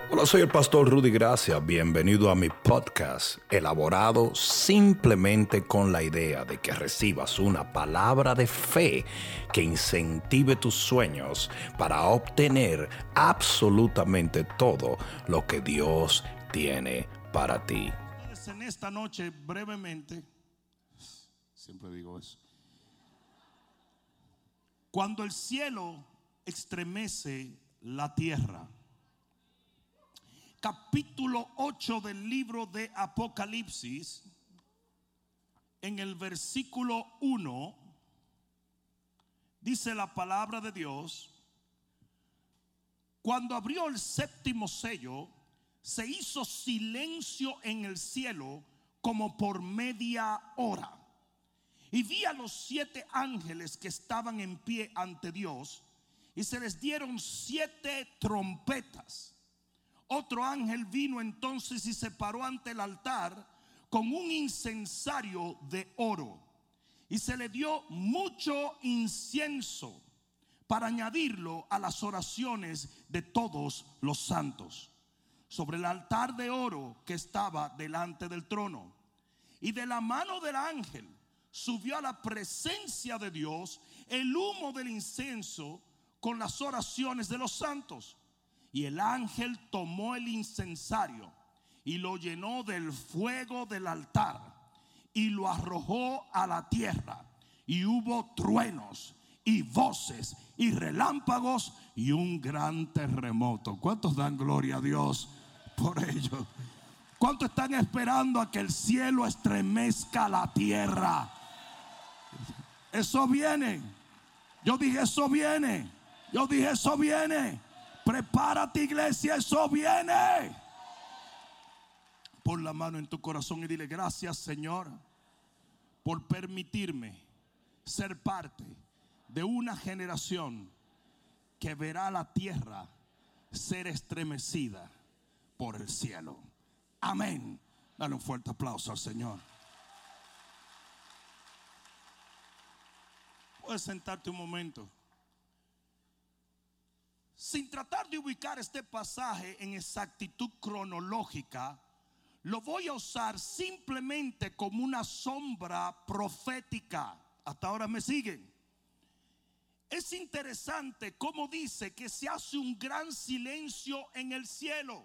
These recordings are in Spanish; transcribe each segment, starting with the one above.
Hola, soy el pastor Rudy Gracia. Bienvenido a mi podcast, elaborado simplemente con la idea de que recibas una palabra de fe que incentive tus sueños para obtener absolutamente todo lo que Dios tiene para ti. En esta noche, brevemente, siempre digo eso. Cuando el cielo estremece la tierra. Capítulo 8 del libro de Apocalipsis, en el versículo 1, dice la palabra de Dios: cuando abrió el séptimo sello, se hizo silencio en el cielo como por media hora. Y vi a los 7 ángeles que estaban en pie ante Dios, y se les dieron 7 trompetas. Otro ángel vino entonces y se paró ante el altar con un incensario de oro, y se le dio mucho incienso para añadirlo a las oraciones de todos los santos, sobre el altar de oro que estaba delante del trono. Y de la mano del ángel subió a la presencia de Dios el humo del incienso con las oraciones de los santos. Y el ángel tomó el incensario y lo llenó del fuego del altar y lo arrojó a la tierra. Y hubo truenos y voces y relámpagos y un gran terremoto. ¿Cuántos dan gloria a Dios por ello? ¿Cuántos están esperando a que el cielo estremezca la tierra? Eso viene. Yo dije eso viene. Yo dije eso viene. Prepárate, iglesia, eso viene. Pon la mano en tu corazón y dile: gracias, Señor, por permitirme ser parte de una generación que verá la tierra ser estremecida por el cielo. Amén. Dale un fuerte aplauso al Señor. Puedes sentarte un momento. Sin tratar de ubicar este pasaje en exactitud cronológica, lo voy a usar simplemente como una sombra profética. Hasta ahora me siguen. Es interesante cómo dice que se hace un gran silencio en el cielo.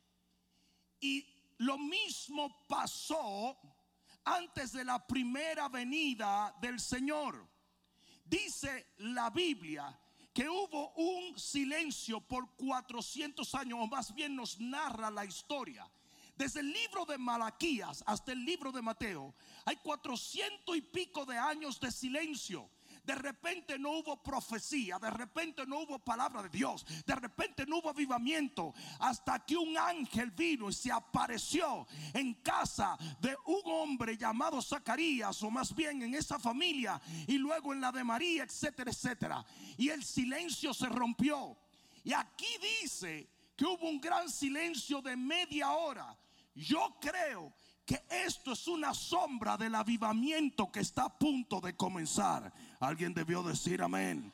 Y lo mismo pasó antes de la primera venida del Señor. Dice la Biblia que hubo un silencio por 400 años, o más bien nos narra la historia. Desde el libro de Malaquías hasta el libro de Mateo hay 400 y pico de años de silencio. De repente no hubo profecía, de repente no hubo palabra de Dios, de repente no hubo avivamiento, hasta que un ángel vino y se apareció en casa de un hombre llamado Zacarías, o más bien en esa familia, y luego en la de María, etcétera, etcétera. Y el silencio se rompió. Y aquí dice que hubo un gran silencio de media hora. Yo creo que esto es una sombra del avivamiento que está a punto de comenzar. Alguien debió decir amén.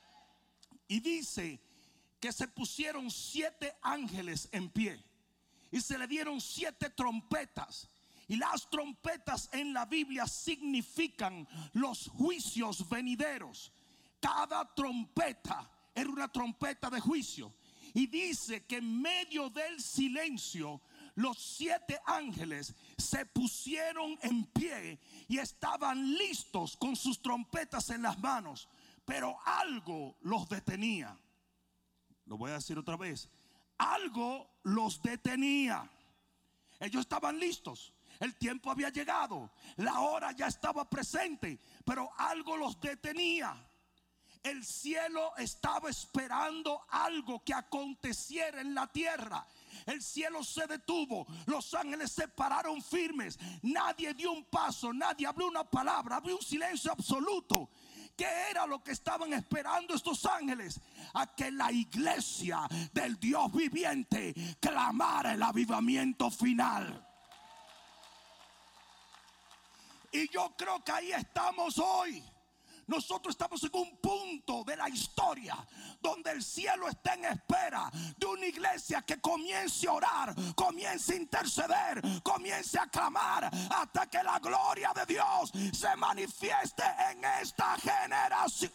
Y dice que se pusieron 7 ángeles en pie y se le dieron 7 trompetas. Y las trompetas en la Biblia significan los juicios venideros. Cada trompeta era una trompeta de juicio. Y dice que en medio del silencio los 7 ángeles se pusieron en pie y estaban listos con sus trompetas en las manos. Pero algo los detenía. Lo voy a decir otra vez. Algo los detenía. Ellos estaban listos. El tiempo había llegado. La hora ya estaba presente. Pero algo los detenía. El cielo estaba esperando algo que aconteciera en la tierra. El cielo se detuvo, los ángeles se pararon firmes, nadie dio un paso, nadie habló una palabra, había un silencio absoluto. ¿Qué era lo que estaban esperando estos ángeles? A que la iglesia del Dios viviente clamara el avivamiento final. Y yo creo que ahí estamos hoy. Nosotros estamos en un punto de la historia donde el cielo está en espera de una iglesia que comience a orar, comience a interceder, comience a clamar hasta que la gloria de Dios se manifieste en esta generación.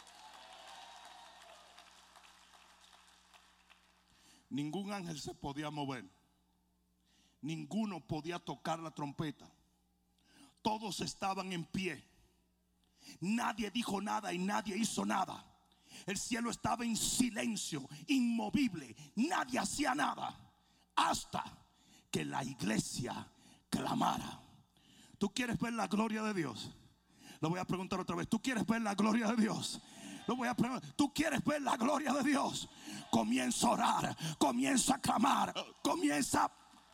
Ningún ángel se podía mover, ninguno podía tocar la trompeta, todos estaban en pie. Nadie dijo nada y nadie hizo nada. El cielo estaba en silencio, inmovible. Nadie hacía nada hasta que la iglesia clamara. ¿Tú quieres ver la gloria de Dios? Lo voy a preguntar otra vez. ¿Tú quieres ver la gloria de Dios? Lo voy a preguntar. ¿Tú quieres ver la gloria de Dios? Comienza a orar, comienza a clamar, comienza.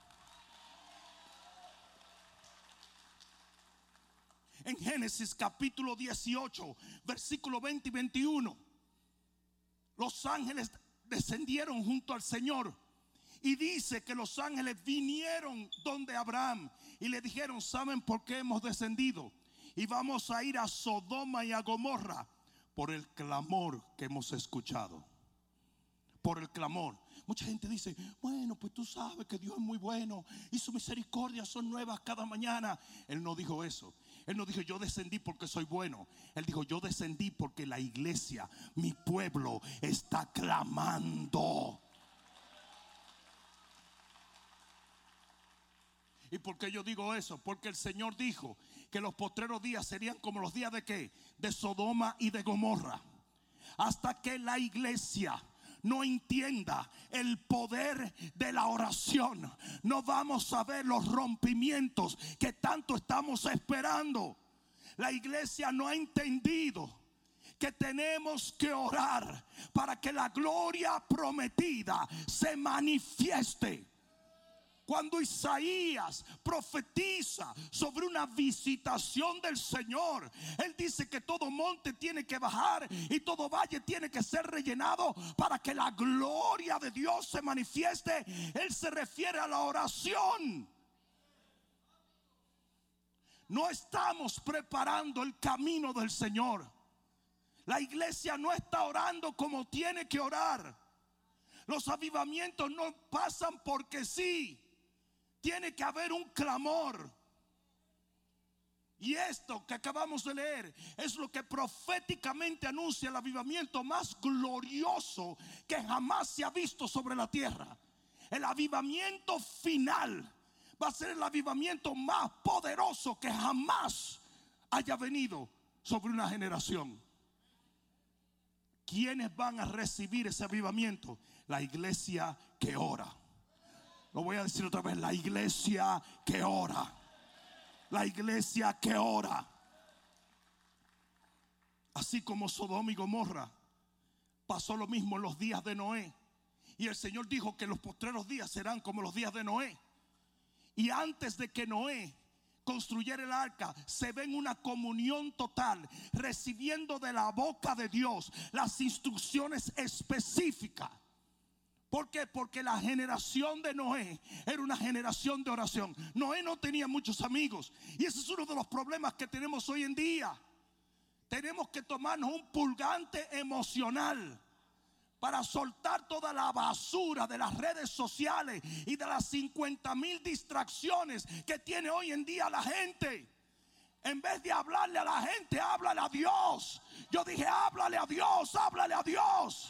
En Génesis capítulo 18, versículo 20 y 21, los ángeles descendieron junto al Señor. Y dice que los ángeles vinieron donde Abraham y le dijeron: ¿saben por qué hemos descendido? Y vamos a ir a Sodoma y a Gomorra por el clamor que hemos escuchado. Por el clamor. Mucha gente dice: bueno, pues tú sabes que Dios es muy bueno y sus misericordias son nuevas cada mañana. Él no dijo eso. Él no dijo: yo descendí porque soy bueno. Él dijo: yo descendí porque la iglesia, mi pueblo, está clamando. ¿Y por qué yo digo eso? Porque el Señor dijo que los postreros días serían como los días de ¿qué? De Sodoma y de Gomorra. Hasta que la iglesia no entienda el poder de la oración, no vamos a ver los rompimientos que tanto estamos esperando. La iglesia no ha entendido que tenemos que orar para que la gloria prometida se manifieste. Cuando Isaías profetiza sobre una visitación del Señor, él dice que todo monte tiene que bajar y todo valle tiene que ser rellenado para que la gloria de Dios se manifieste. Él se refiere a la oración. No estamos preparando el camino del Señor. La iglesia no está orando como tiene que orar. Los avivamientos no pasan porque sí. Tiene que haber un clamor. Y esto que acabamos de leer es lo que proféticamente anuncia el avivamiento más glorioso que jamás se ha visto sobre la tierra. El avivamiento final va a ser el avivamiento más poderoso que jamás haya venido sobre una generación. ¿Quiénes van a recibir ese avivamiento? La iglesia que ora. Lo voy a decir otra vez: la iglesia que ora. La iglesia que ora. Así como Sodoma y Gomorra, pasó lo mismo en los días de Noé. Y el Señor dijo que los postreros días serán como los días de Noé. Y antes de que Noé construyera el arca, se ve en una comunión total, recibiendo de la boca de Dios las instrucciones específicas. ¿Por qué? Porque la generación de Noé era una generación de oración. Noé no tenía muchos amigos. Y ese es uno de los problemas que tenemos hoy en día. Tenemos que tomarnos un purgante emocional para soltar toda la basura de las redes sociales y de las 50,000 distracciones que tiene hoy en día la gente. En vez de hablarle a la gente, háblale a Dios. Yo dije: háblale a Dios, háblale a Dios.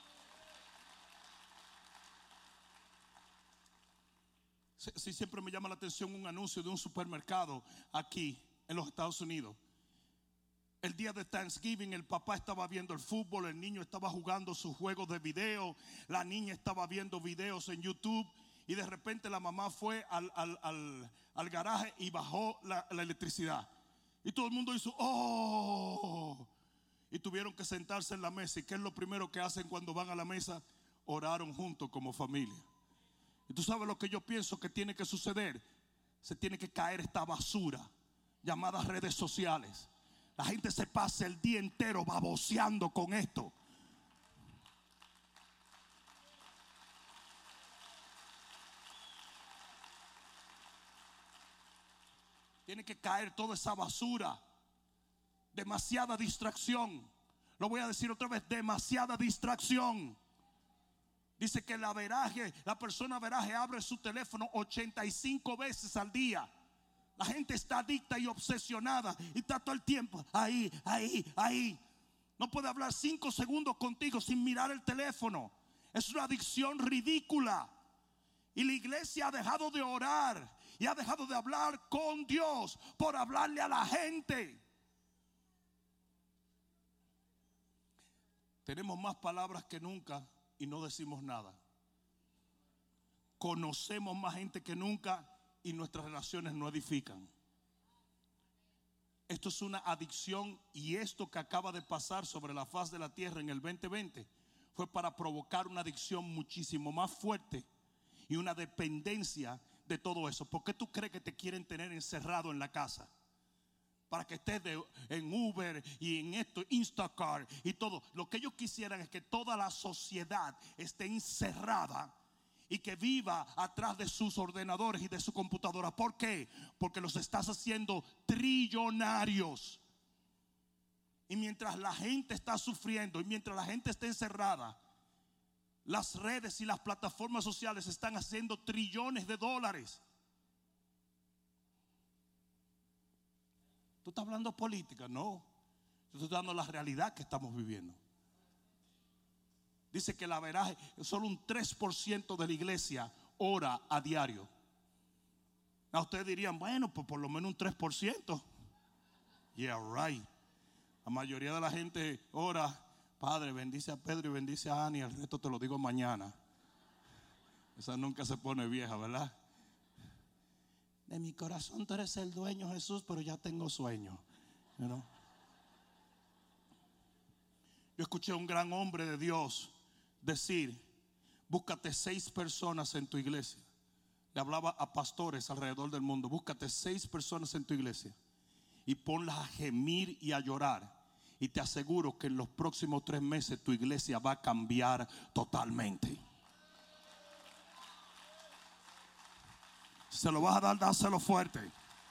Sí, siempre me llama la atención un anuncio de un supermercado aquí en los Estados Unidos. El día de Thanksgiving, el papá estaba viendo el fútbol, el niño estaba jugando sus juegos de video, la niña estaba viendo videos en YouTube, y de repente la mamá fue al garaje y bajó la electricidad. Y todo el mundo hizo ¡oh! Y tuvieron que sentarse en la mesa. ¿Y qué es lo primero que hacen cuando van a la mesa? Oraron juntos como familia. Y tú sabes lo que yo pienso que tiene que suceder. Se tiene que caer esta basura llamada redes sociales. La gente se pasa el día entero baboseando con esto. Tiene que caer toda esa basura demasiada distracción. Lo voy a decir otra vez, demasiada distracción. Dice que la persona veraje abre su teléfono 85 veces al día. La gente está adicta y obsesionada y está todo el tiempo ahí. No puede hablar 5 segundos contigo sin mirar el teléfono. Es una adicción ridícula. Y la iglesia ha dejado de orar y ha dejado de hablar con Dios por hablarle a la gente. Tenemos más palabras que nunca y no decimos nada. Conocemos más gente que nunca y nuestras relaciones no edifican. Esto es una adicción, y esto que acaba de pasar sobre la faz de la tierra en el 2020 fue para provocar una adicción muchísimo más fuerte y una dependencia de todo eso. ¿Por qué tú crees que te quieren tener encerrado en la casa? Para que estés en Uber y en esto, Instacart y todo. Lo que ellos quisieran es que toda la sociedad esté encerrada y que viva atrás de sus ordenadores y de su computadora. ¿Por qué? Porque los estás haciendo trillonarios. Y mientras la gente está sufriendo y mientras la gente está encerrada, las redes y las plataformas sociales están haciendo trillones de dólares. ¿Tú estás hablando política? No. Yo estoy dando la realidad que estamos viviendo. Dice que el averaje, solo un 3% de la iglesia ora a diario. Ustedes dirían, bueno, pues por lo menos un 3%. Yeah, right. La mayoría de la gente ora, Padre, bendice a Pedro y bendice a Ani. El resto te lo digo mañana. Esa nunca se pone vieja, ¿verdad? De mi corazón tú eres el dueño, Jesús, pero ya tengo sueño. You know? Yo escuché a un gran hombre de Dios decir: búscate 6 personas en tu iglesia. Le hablaba a pastores alrededor del mundo. Búscate 6 personas en tu iglesia y ponlas a gemir y a llorar. Y te aseguro que en los próximos 3 meses tu iglesia va a cambiar totalmente. Se lo vas a dar, dáselo fuerte.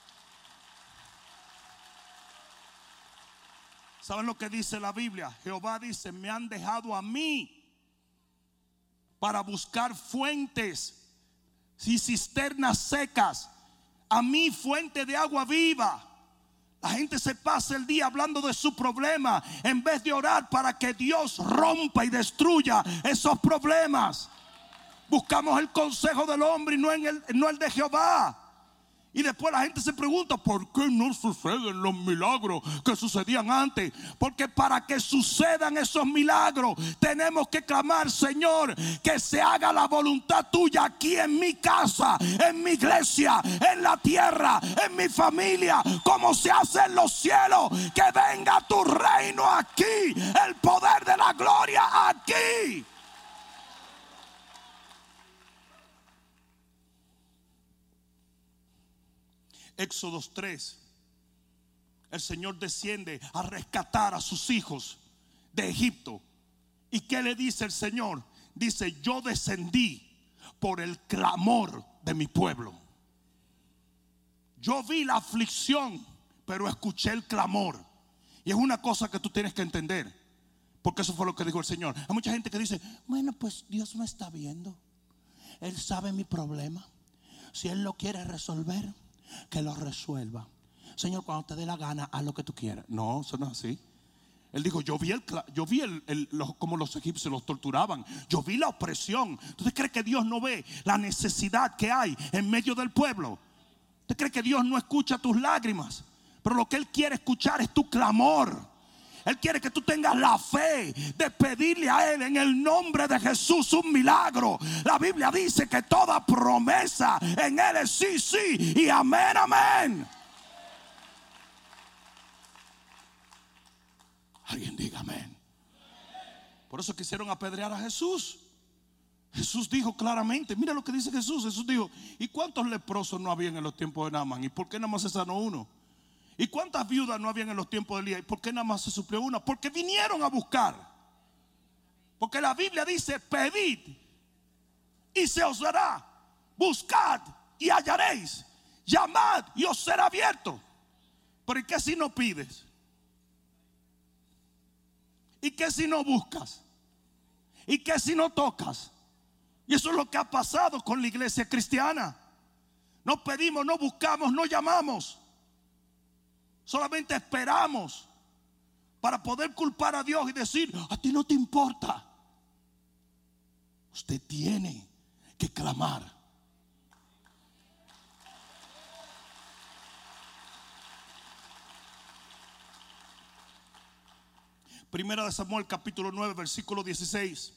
¿Saben lo que dice la Biblia? Jehová dice: me han dejado a mí para buscar fuentes y cisternas secas. A mí, fuente de agua viva. La gente se pasa el día hablando de su problema en vez de orar para que Dios rompa y destruya esos problemas. Buscamos el consejo del hombre y no el de Jehová. Y después la gente se pregunta: ¿por qué no suceden los milagros que sucedían antes? Porque para que sucedan esos milagros tenemos que clamar: Señor, que se haga la voluntad tuya aquí en mi casa, en mi iglesia, en la tierra, en mi familia, como se hace en los cielos. Que venga tu reino aquí, el poder de la gloria aquí. Éxodo 3. El Señor desciende a rescatar a sus hijos de Egipto. ¿Y qué le dice el Señor? Dice: yo descendí por el clamor de mi pueblo. Yo vi la aflicción, pero escuché el clamor. Y es una cosa que tú tienes que entender, porque eso fue lo que dijo el Señor. Hay mucha gente que dice: bueno, pues Dios me está viendo, Él sabe mi problema. Si Él lo quiere resolver, que lo resuelva. Señor, cuando te dé la gana, haz lo que tú quieras. No, eso no es así. Él dijo: yo vi cómo los egipcios los torturaban. Yo vi la opresión. ¿Usted cree que Dios no ve la necesidad que hay en medio del pueblo? ¿Usted cree que Dios no escucha tus lágrimas? Pero lo que Él quiere escuchar es tu clamor. Él quiere que tú tengas la fe de pedirle a Él en el nombre de Jesús un milagro. La Biblia dice que toda promesa en Él es sí, sí y amén, amén. Alguien diga amén. Por eso quisieron apedrear a Jesús. Jesús dijo claramente, mira lo que dice Jesús. Jesús dijo: ¿y cuántos leprosos no habían en los tiempos de Naamán? ¿Y por qué nada más se sanó uno? ¿Y cuántas viudas no habían en los tiempos de Elías? ¿Y por qué nada más se suplió una? Porque vinieron a buscar. Porque la Biblia dice: pedid y se os dará, buscad y hallaréis, llamad y os será abierto. Pero ¿y qué si no pides? ¿Y qué si no buscas? ¿Y qué si no tocas? Y eso es lo que ha pasado con la iglesia cristiana. No pedimos, no buscamos, no llamamos. Solamente esperamos para poder culpar a Dios y decir: a ti no te importa. Usted tiene que clamar. Primera de Samuel capítulo 9 versículo 16.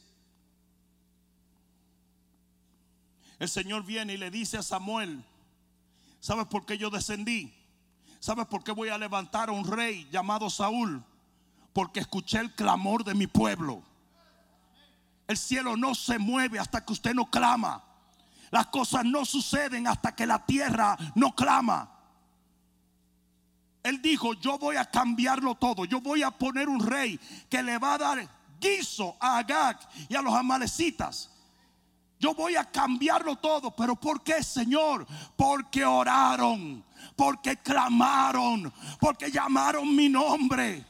El Señor viene y le dice a Samuel: ¿sabes por qué yo descendí? ¿Sabes por qué voy a levantar a un rey llamado Saúl? Porque escuché el clamor de mi pueblo. El cielo no se mueve hasta que usted no clama. Las cosas no suceden hasta que la tierra no clama. Él dijo: yo voy a cambiarlo todo. Yo voy a poner un rey que le va a dar guiso a Agag y a los amalecitas. Yo voy a cambiarlo todo. ¿Pero por qué, Señor? Porque oraron, porque clamaron, porque llamaron mi nombre.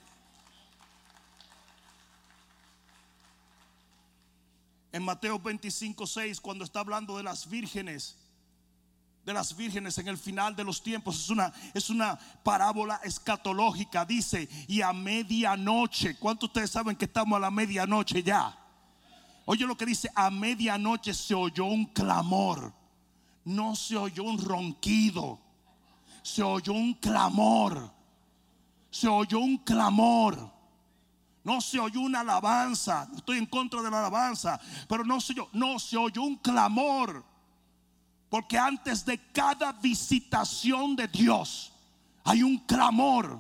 En Mateo 25:6, cuando está hablando de las vírgenes en el final de los tiempos, es una parábola escatológica. Dice: y a medianoche. ¿Cuántos de ustedes saben que estamos a la medianoche ya? Oye lo que dice: a medianoche se oyó un clamor. No se oyó un ronquido, se oyó un clamor. Se oyó un clamor. No se oyó una alabanza. No estoy en contra de la alabanza, pero no se oyó un clamor. Porque antes de cada visitación de Dios hay un clamor.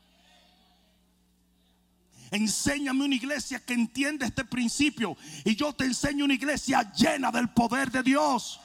Enséñame una iglesia que entiende este principio, y yo te enseño una iglesia llena del poder de Dios.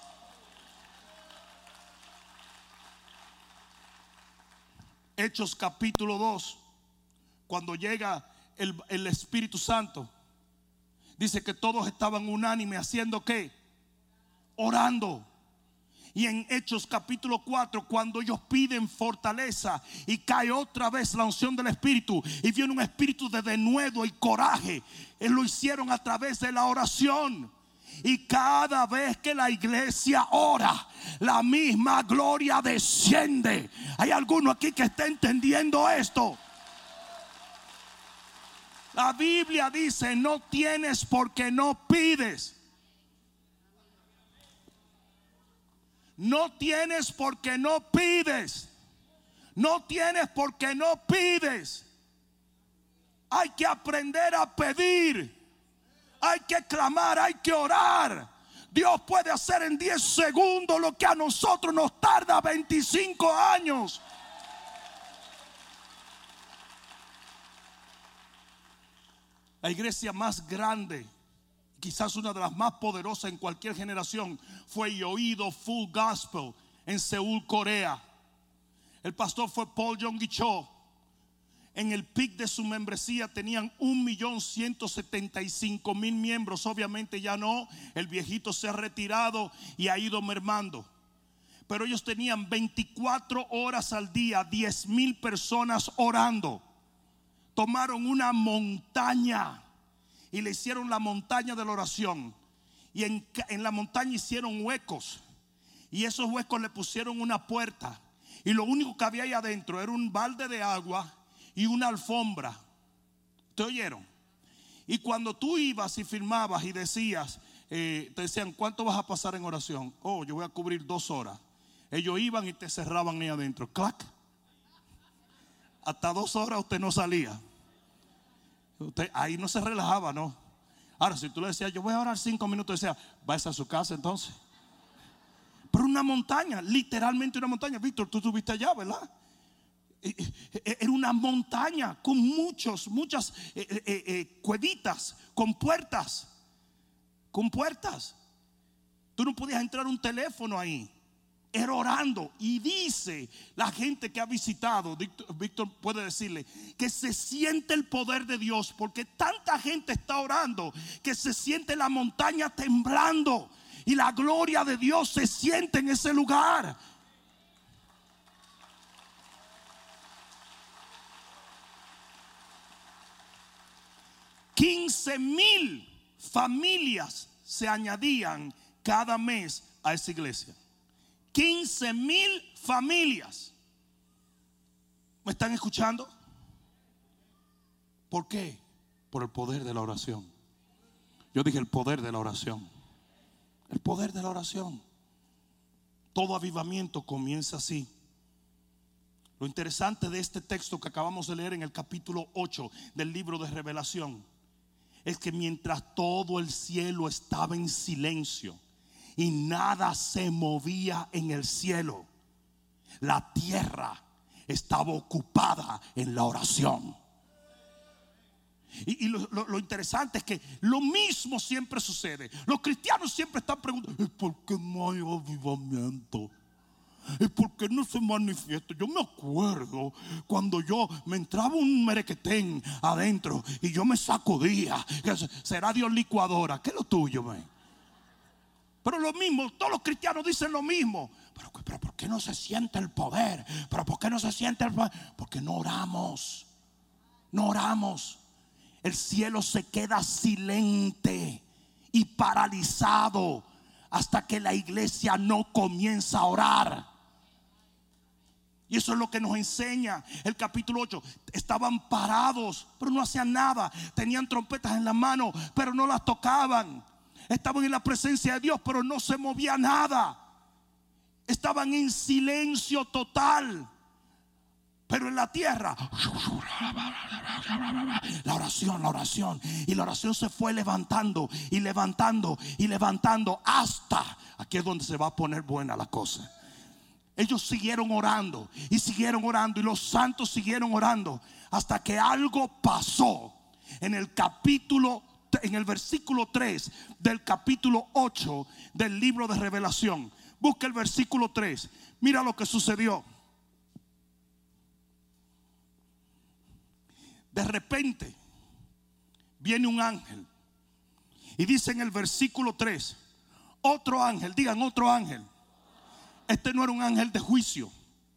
Hechos capítulo 2, cuando llega el Espíritu Santo, dice que todos estaban unánime haciendo ¿qué? Orando. Y en Hechos capítulo 4, cuando ellos piden fortaleza y cae otra vez la unción del Espíritu y viene un espíritu de denuedo y coraje, lo hicieron a través de la oración. Y cada vez que la iglesia ora, la misma gloria desciende. ¿Hay alguno aquí que está entendiendo esto? La Biblia dice: no tienes porque no pides. No tienes porque no pides. No tienes porque no pides. Hay que aprender a pedir. Hay que clamar, hay que orar. Dios puede hacer en 10 segundos lo que a nosotros nos tarda 25 años. La iglesia más grande, quizás una de las más poderosas en cualquier generación, fue Yoido Full Gospel en Seúl, Corea. El pastor fue Paul Yonggi Cho. En el pic de su membresía tenían 1.175.000 miembros. Obviamente ya no, el viejito se ha retirado y ha ido mermando. Pero ellos tenían 24 horas al día, 10,000 personas orando. Tomaron una montaña y le hicieron la montaña de la oración. Y en la montaña hicieron huecos, y esos huecos le pusieron una puerta. Y lo único que había ahí adentro era un balde de agua y una alfombra. ¿Te oyeron? Y cuando tú ibas y firmabas y decías, te decían: ¿cuánto vas a pasar en oración? Oh, yo voy a cubrir 2 horas. Ellos iban y te cerraban ahí adentro. Clac. Hasta 2 horas usted no salía. Usted ahí no se relajaba, no. Ahora, si tú le decías: yo voy a orar 5 minutos, decía: váyase a su casa entonces. Pero una montaña, literalmente una montaña. Víctor, tú estuviste allá, ¿verdad? Era una montaña con muchas cuevitas, con puertas. Tú no podías entrar un teléfono ahí. Era orando. Y dice la gente que ha visitado, Víctor puede decirle, que se siente el poder de Dios, porque tanta gente está orando que se siente la montaña temblando y la gloria de Dios se siente en ese lugar. 15,000 familias se añadían cada mes a esa iglesia. 15,000 familias. ¿Me están escuchando? ¿Por qué? Por el poder de la oración. Yo dije el poder de la oración. El poder de la oración. Todo avivamiento comienza así. Lo interesante de este texto que acabamos de leer en el capítulo 8 del libro de Revelación es que mientras todo el cielo estaba en silencio y nada se movía en el cielo, la tierra estaba ocupada en la oración. Y lo interesante es que lo mismo siempre sucede. Los cristianos siempre están preguntando: ¿y por qué no hay avivamiento? ¿Y por qué no se manifiesta? Yo me acuerdo cuando yo me entraba un merequetén adentro y yo me sacudía. Será Dios licuadora. ¿Qué es lo tuyo, man? Pero lo mismo, todos los cristianos dicen lo mismo. Pero ¿por qué no se siente el poder? ¿Pero por qué no se siente el poder? Porque no oramos. No oramos. El cielo se queda silente y paralizado hasta que la iglesia no comienza a orar. Y eso es lo que nos enseña el capítulo 8. Estaban parados, pero no hacían nada. Tenían trompetas en la mano, pero no las tocaban. Estaban en la presencia de Dios, pero no se movía nada. Estaban en silencio total. Pero en la tierra, la oración. Y la oración se fue levantando y levantando y levantando hasta, aquí es donde se va a poner buena la cosa. Ellos siguieron orando y siguieron orando y los santos siguieron orando hasta que algo pasó en el versículo 3 del capítulo 8 del libro de Revelación. Busca el versículo 3. Mira lo que sucedió. De repente viene un ángel y dice en el versículo 3: otro ángel, digan otro ángel. Este no era un ángel de juicio.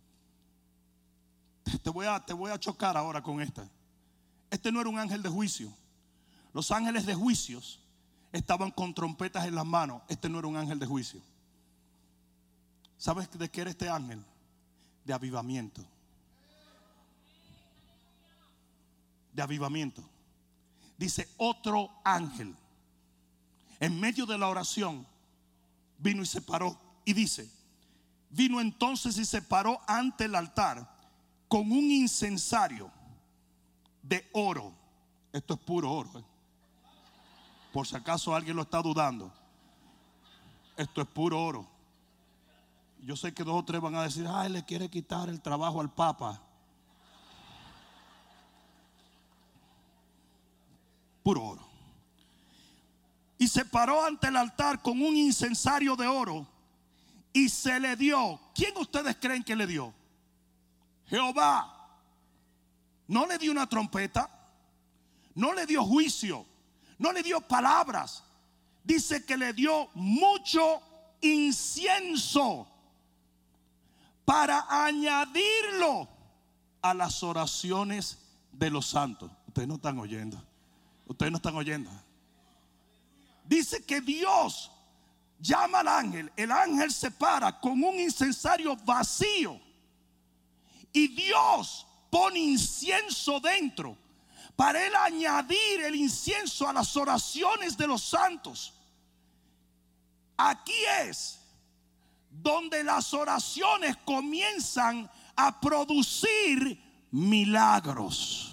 Te voy a chocar ahora con esta. Este no era un ángel de juicio. Los ángeles de juicios estaban con trompetas en las manos. Este no era un ángel de juicio. ¿Sabes de qué era este ángel? De avivamiento. De avivamiento. Dice otro ángel. En medio de la oración vino y se paró y dice: vino entonces y se paró ante el altar con un incensario de oro. Esto es puro oro, por si acaso alguien lo está dudando. Esto es puro oro. Yo sé que 2 o 3 van a decir: ay, le quiere quitar el trabajo al Papa. Puro oro. Y se paró ante el altar con un incensario de oro y se le dio. ¿Quién ustedes creen que le dio? Jehová. No le dio una trompeta, no le dio juicio, no le dio palabras. Dice que le dio mucho incienso para añadirlo a las oraciones de los santos. Ustedes no están oyendo. Ustedes no están oyendo. Dice que Dios llama al ángel. El ángel se para con un incensario vacío y Dios pone incienso dentro para él añadir el incienso a las oraciones de los santos. Aquí es donde las oraciones comienzan a producir milagros.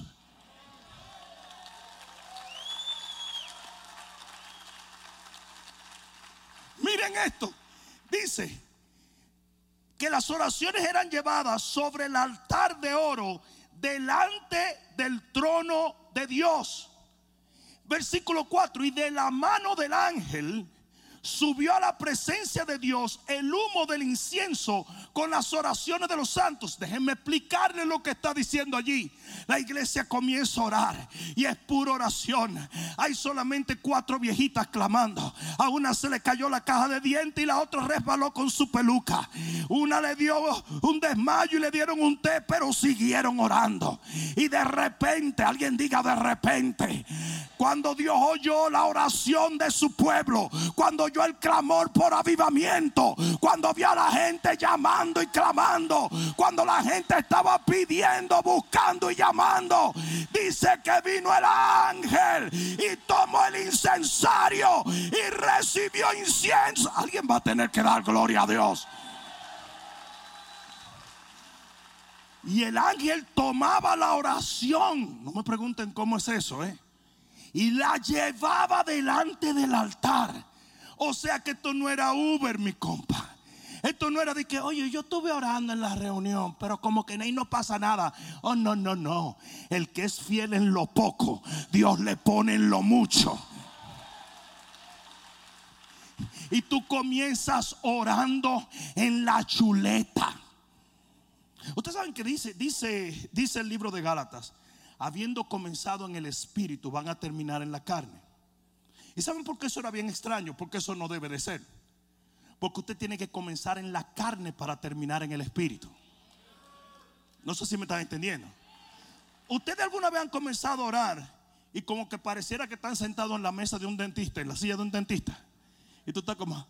Miren esto. Dice que las oraciones eran llevadas sobre el altar de oro delante del trono de Dios. Versículo 4: y de la mano del ángel subió a la presencia de Dios el humo del incienso con las oraciones de los santos. Déjenme explicarles lo que está diciendo allí. La iglesia comienza a orar y es pura oración. Hay solamente 4 viejitas clamando. A una se le cayó la caja de dientes y la otra resbaló con su peluca. Una le dio un desmayo y le dieron un té, pero siguieron orando. Y de repente, alguien diga de repente, cuando Dios oyó la oración de su pueblo, cuando oyó el clamor por avivamiento, cuando vio a la gente llamando y clamando, cuando la gente estaba pidiendo, buscando y llamando, dice que vino el ángel y tomó el incensario y recibió incienso. Alguien va a tener que dar gloria a Dios. Y el ángel tomaba la oración, no me pregunten cómo es eso, y la llevaba delante del altar. O sea que esto no era Uber, mi compa. Esto no era de que, oye, yo estuve orando en la reunión, pero como que ahí no pasa nada. Oh, no, no, no. El que es fiel en lo poco, Dios le pone en lo mucho. Y tú comienzas orando en la chuleta. Ustedes saben que dice el libro de Gálatas: habiendo comenzado en el espíritu, van a terminar en la carne. ¿Y saben por qué eso era bien extraño? Porque eso no debe de ser. Porque usted tiene que comenzar en la carne para terminar en el espíritu. No sé si me están entendiendo. ¿Ustedes alguna vez han comenzado a orar y como que pareciera que están sentados en la mesa de un dentista, en la silla de un dentista? Y tú estás como,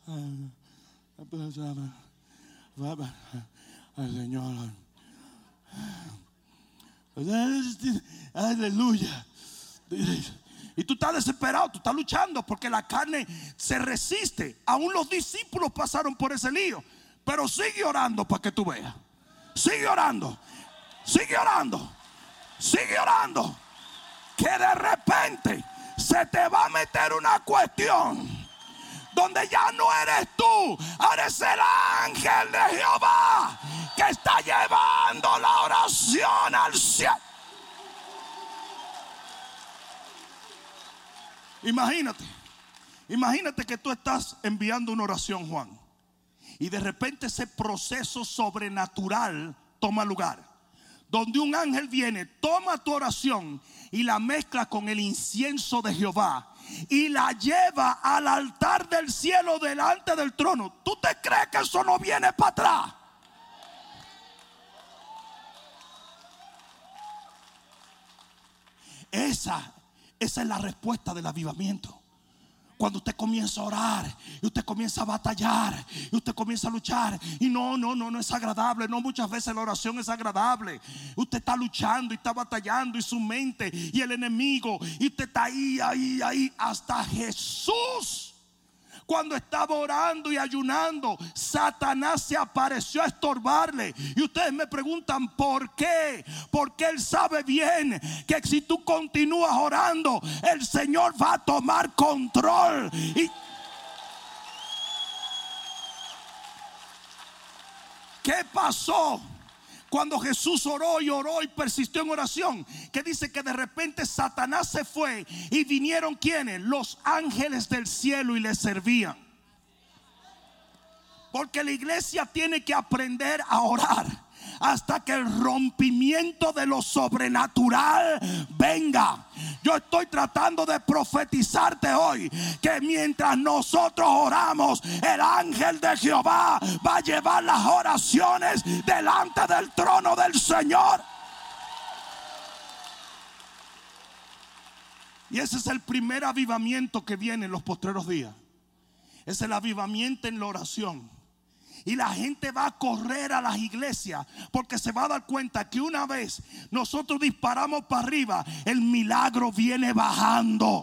ay, Señor, aleluya. Y tú estás desesperado, tú estás luchando porque la carne se resiste. Aún los discípulos pasaron por ese lío. Pero sigue orando para que tú veas. Sigue orando. Sigue orando. Sigue orando. Que de repente se te va a meter una cuestión donde ya no eres tú, eres el ángel de Jehová que está llevando la oración al cielo. Imagínate que tú estás enviando una oración, Juan, y de repente ese proceso sobrenatural toma lugar, donde un ángel viene, toma tu oración y la mezcla con el incienso de Jehová y la lleva al altar del cielo delante del trono. ¿Tú te crees que eso no viene para atrás? Esa es la respuesta del avivamiento. Cuando usted comienza a orar y usted comienza a batallar y usted comienza a luchar y no es agradable. No, muchas veces la oración es agradable. Usted está luchando y está batallando y su mente y el enemigo, y usted está ahí hasta Jesús. Cuando estaba orando y ayunando, Satanás se apareció a estorbarle. Y ustedes me preguntan ¿por qué? Porque él sabe bien que si tú continúas orando, el Señor va a tomar control. ¿Y qué pasó cuando Jesús oró y persistió en oración? Que dice que de repente Satanás se fue y vinieron ¿quiénes? Los ángeles del cielo y le servían. Porque la iglesia tiene que aprender a orar hasta que el rompimiento de lo sobrenatural venga. Yo estoy tratando de profetizarte hoy que mientras nosotros oramos, el ángel de Jehová va a llevar las oraciones delante del trono del Señor. Y ese es el primer avivamiento que viene en los postreros días. Es el avivamiento en la oración. Y la gente va a correr a las iglesias porque se va a dar cuenta que una vez nosotros disparamos para arriba, el milagro viene bajando.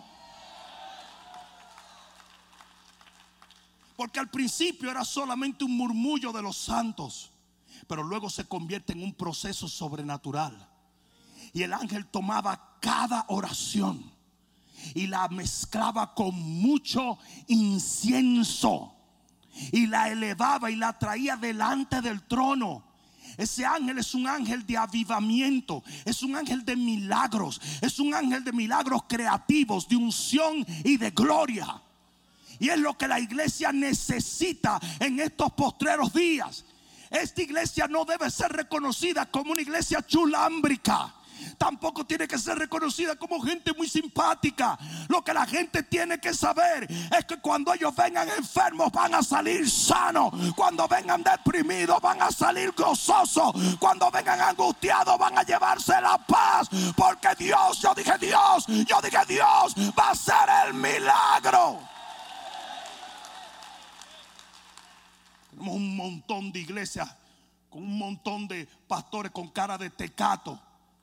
Porque al principio era solamente un murmullo de los santos, pero luego se convierte en un proceso sobrenatural. Y el ángel tomaba cada oración y la mezclaba con mucho incienso y la elevaba y la traía delante del trono. Ese ángel es un ángel de avivamiento, es un ángel de milagros, es un ángel de milagros creativos, de unción y de gloria. Y es lo que la iglesia necesita en estos postreros días. Esta iglesia no debe ser reconocida como una iglesia chulámbrica. Tampoco tiene que ser reconocida como gente muy simpática. Lo que la gente tiene que saber es que cuando ellos vengan enfermos van a salir sanos. Cuando vengan deprimidos van a salir gozosos. Cuando vengan angustiados van a llevarse la paz. Porque Dios va a hacer el milagro. Tenemos un montón de iglesias con un montón de pastores con cara de tecato.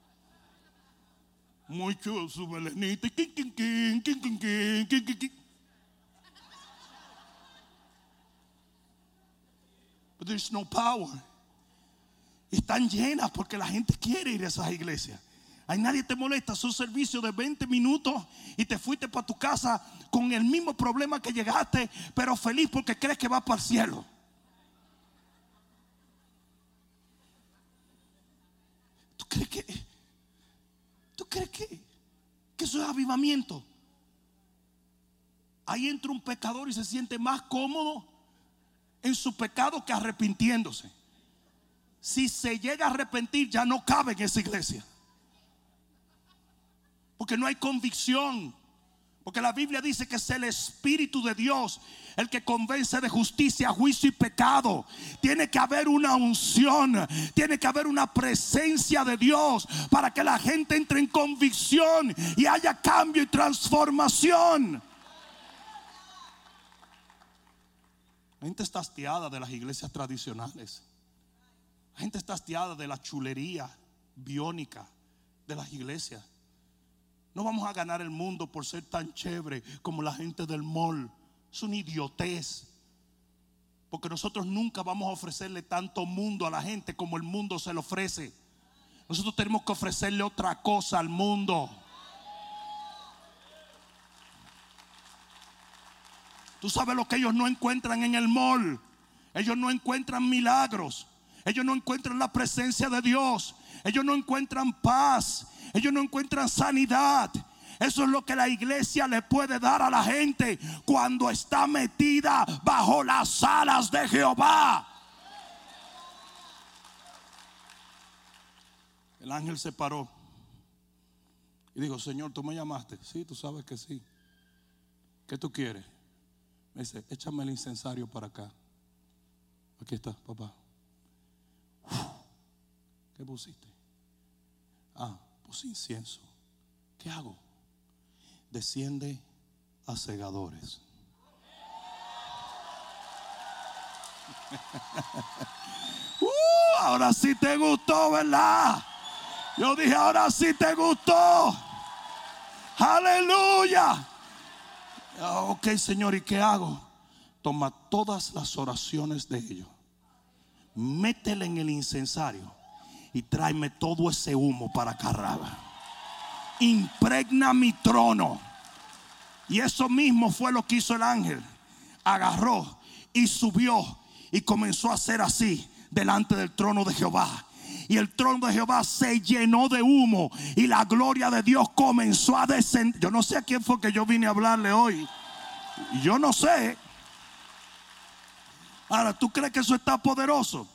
Muy chulo su melenita. But there's no power. Están llenas porque la gente quiere ir a esas iglesias. Ahí nadie te molesta. Son servicios de 20 minutos y te fuiste para tu casa con el mismo problema que llegaste, pero feliz porque crees que vas para el cielo. ¿Tú crees que eso es avivamiento? Ahí entra un pecador y se siente más cómodo en su pecado que arrepintiéndose. Si se llega a arrepentir, ya no cabe en esa iglesia, porque no hay convicción. Porque la Biblia dice que es el Espíritu de Dios el que convence de justicia, juicio y pecado. Tiene que haber una unción, tiene que haber una presencia de Dios para que la gente entre en convicción y haya cambio y transformación. La gente está hastiada de las iglesias tradicionales. La gente está hastiada de la chulería biónica de las iglesias. No vamos a ganar el mundo por ser tan chévere como la gente del mall. Es una idiotez. Porque nosotros nunca vamos a ofrecerle tanto mundo a la gente como el mundo se le ofrece. Nosotros tenemos que ofrecerle otra cosa al mundo. Tú sabes lo que ellos no encuentran en el mall. Ellos no encuentran milagros. Ellos no encuentran la presencia de Dios. Ellos no encuentran paz. Ellos no encuentran sanidad. Eso es lo que la iglesia le puede dar a la gente cuando está metida bajo las alas de Jehová. El ángel se paró y dijo: Señor, ¿tú me llamaste? Sí, tú sabes que sí. ¿Qué tú quieres? Me dice: échame el incensario para acá. Aquí está, papá. ¿Qué pusiste? Puse incienso. ¿Qué hago? Desciende a segadores. Ahora sí te gustó, ¿verdad? Yo dije: ahora sí te gustó. Aleluya. Ok, Señor, ¿y qué hago? Toma todas las oraciones de ellos, métele en el incensario y tráeme todo ese humo para acá arriba. Impregna mi trono. Y eso mismo fue lo que hizo el ángel. Agarró y subió y comenzó a hacer así delante del trono de Jehová. Y el trono de Jehová se llenó de humo y la gloria de Dios comenzó a descender. Yo no sé a quién fue que yo vine a hablarle hoy. Yo no sé. Ahora, ¿tú crees que eso está poderoso?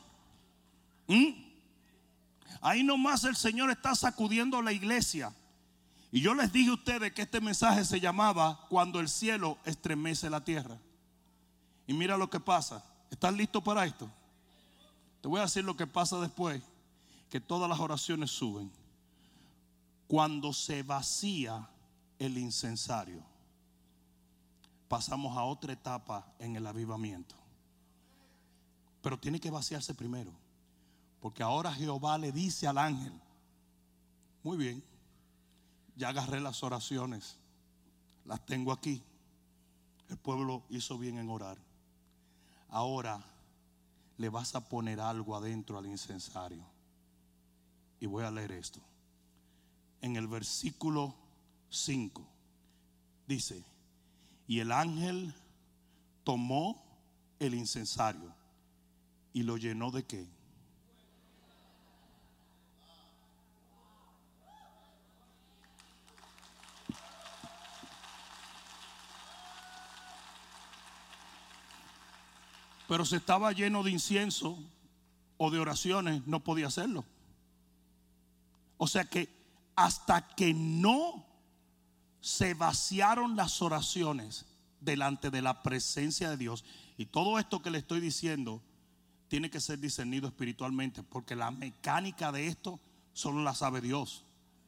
Ahí nomás el Señor está sacudiendo la iglesia. Y yo les dije a ustedes que este mensaje se llamaba Cuando el cielo estremece la tierra. Y mira lo que pasa. ¿Estás listo para esto? Te voy a decir lo que pasa después que todas las oraciones suben. Cuando se vacía el incensario, pasamos a otra etapa en el avivamiento. Pero tiene que vaciarse primero, porque ahora Jehová le dice al ángel: muy bien, ya agarré las oraciones, las tengo aquí. El pueblo hizo bien en orar. Ahora le vas a poner algo adentro al incensario. Y voy a leer esto. En el versículo 5 dice: y el ángel tomó el incensario y lo llenó ¿de qué? Pero si estaba lleno de incienso o de oraciones, no podía hacerlo. O sea que hasta que no se vaciaron las oraciones delante de la presencia de Dios, y todo esto que le estoy diciendo tiene que ser discernido espiritualmente, porque la mecánica de esto solo la sabe Dios.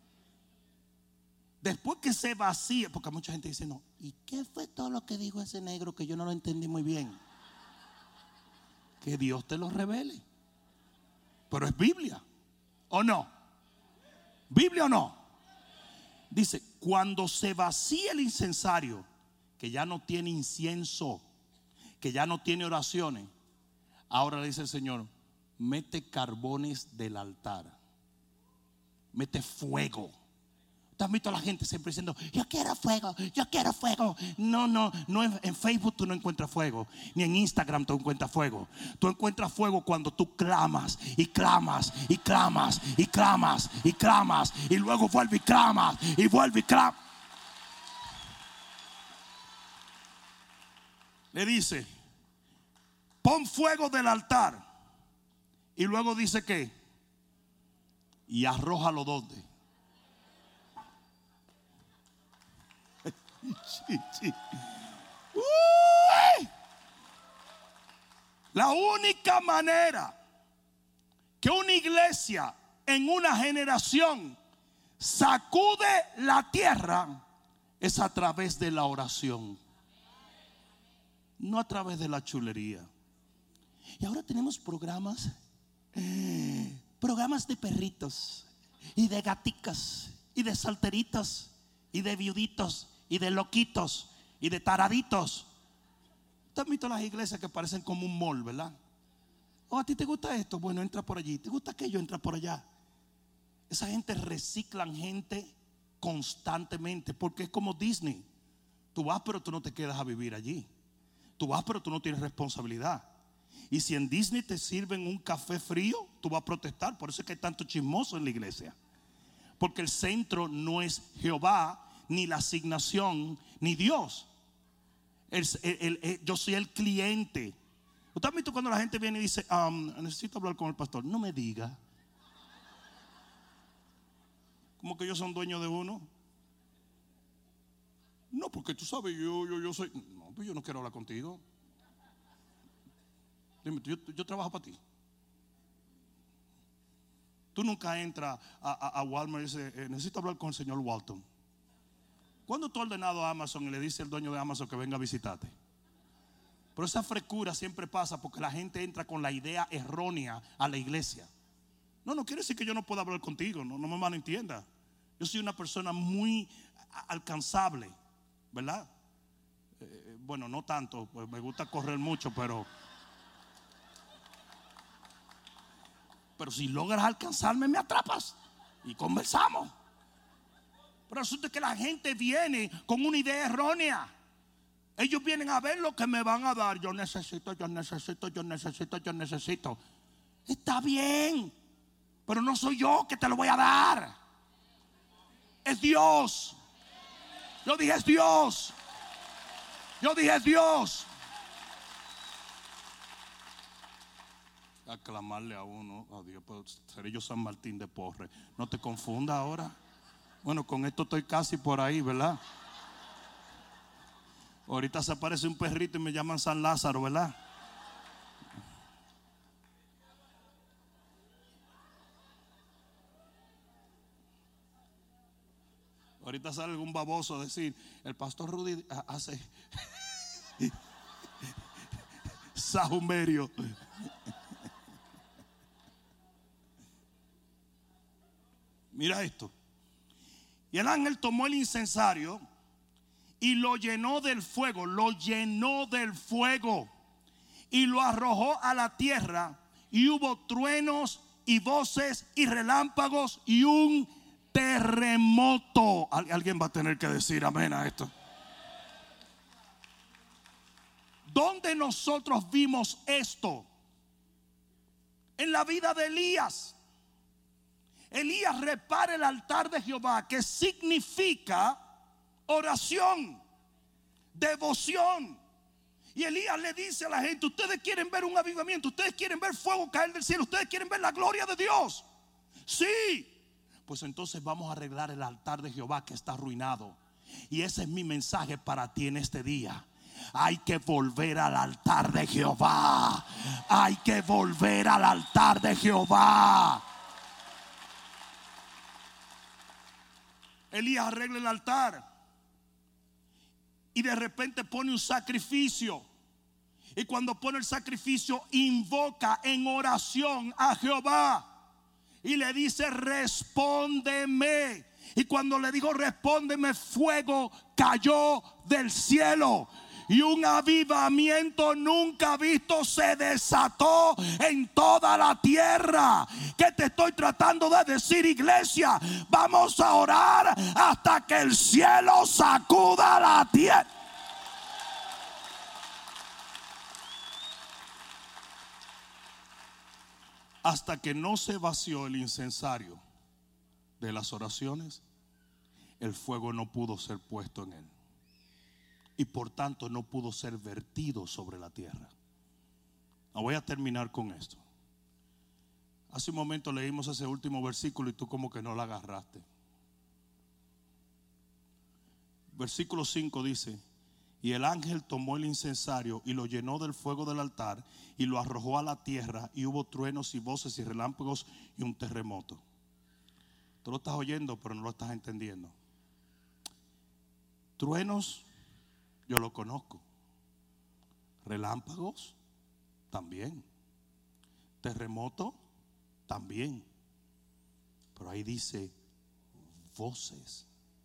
Después que se vacía, porque mucha gente dice, no, ¿y qué fue todo lo que dijo ese negro que yo no lo entendí muy bien? Que Dios te lo revele. Pero es Biblia, ¿o no? ¿Biblia o no? Dice, cuando se vacía el incensario, que ya no tiene incienso, que ya no tiene oraciones, ahora le dice el Señor, mete carbones del altar, mete fuego. ¿Tú has visto a la gente siempre diciendo, yo quiero fuego, yo quiero fuego? No, en Facebook tú no encuentras fuego, ni en Instagram tú encuentras fuego. Tú encuentras fuego cuando tú clamas y clamas y clamas y clamas y clamas, y luego vuelve y clamas y vuelve y clamas. Le dice, pon fuego del altar, y luego dice que, y arrójalo donde. La única manera que una iglesia en una generación sacude la tierra es a través de la oración, no a través de la chulería. Y ahora tenemos programas de perritos y de gaticas y de salteritas y de viuditos y de loquitos y de taraditos. ¿Usted ha visto las iglesias que parecen como un mall, verdad? ¿A ti te gusta esto? Bueno, entra por allí. ¿Te gusta aquello? Entra por allá. Esa gente reciclan gente constantemente, porque es como Disney. Tú vas, pero tú no te quedas a vivir allí. Tú vas, pero tú no tienes responsabilidad. Y si en Disney te sirven un café frío, tú vas a protestar. Por eso es que hay tanto chismoso en la iglesia, porque el centro no es Jehová, ni la asignación, ni Dios. Yo soy el cliente. ¿Usted ha visto cuando la gente viene y dice, necesito hablar con el pastor? No me diga. ¿Cómo que ellos son dueños de uno? No, porque tú sabes, yo soy. No, pues yo no quiero hablar contigo. Dime, yo trabajo para ti. Tú nunca entras a Walmart y dices, necesito hablar con el señor Walton. ¿Cuándo tú has ordenado a Amazon y le dice al dueño de Amazon que venga a visitarte? Pero esa frescura siempre pasa porque la gente entra con la idea errónea a la iglesia. No quiere decir que yo no pueda hablar contigo, no me malentienda. Yo soy una persona muy alcanzable, ¿verdad? Bueno, no tanto, pues me gusta correr mucho, pero si logras alcanzarme, me atrapas y conversamos. Pero resulta que la gente viene con una idea errónea. Ellos vienen a ver lo que me van a dar. Yo necesito. Está bien, pero no soy yo que te lo voy a dar. Es Dios. Yo dije es Dios. Aclamarle a uno, a Dios, pero seré yo San Martín de Porres. No te confundas ahora. Bueno, con esto estoy casi por ahí, ¿verdad? Ahorita se aparece un perrito y me llaman San Lázaro, ¿verdad? Ahorita sale algún baboso a decir, el pastor Rudy hace sahumerio. Mira esto. Y el ángel tomó el incensario y lo llenó del fuego, y lo arrojó a la tierra, y hubo truenos y voces y relámpagos y un terremoto. Alguien va a tener que decir amén a esto. ¿Dónde nosotros vimos esto? En la vida de Elías. Elías repara el altar de Jehová, que significa oración, devoción. Y Elías le dice a la gente: ustedes quieren ver un avivamiento, ustedes quieren ver fuego caer del cielo, ustedes quieren ver la gloria de Dios. Sí, pues entonces vamos a arreglar el altar de Jehová que está arruinado. Y ese es mi mensaje para ti en este día. Hay que volver al altar de Jehová. Hay que volver al altar de Jehová. Elías arregla el altar y de repente pone un sacrificio. Y cuando pone el sacrificio, invoca en oración a Jehová y le dice: respóndeme. Y cuando le dijo respóndeme, fuego cayó del cielo. Y un avivamiento nunca visto se desató en toda la tierra. ¿Qué te estoy tratando de decir, iglesia? Vamos a orar hasta que el cielo sacuda la tierra. Hasta que no se vació el incensario de las oraciones, el fuego no pudo ser puesto en él. Y por tanto no pudo ser vertido sobre la tierra. Voy a terminar con esto. Hace un momento leímos ese último versículo y tú como que no lo agarraste. Versículo 5 dice: y el ángel tomó el incensario y lo llenó del fuego del altar y lo arrojó a la tierra, y hubo truenos y voces y relámpagos y un terremoto. Tú lo estás oyendo, pero no lo estás entendiendo. Truenos, yo lo conozco. Relámpagos, también. Terremoto, también. Pero ahí dice voces.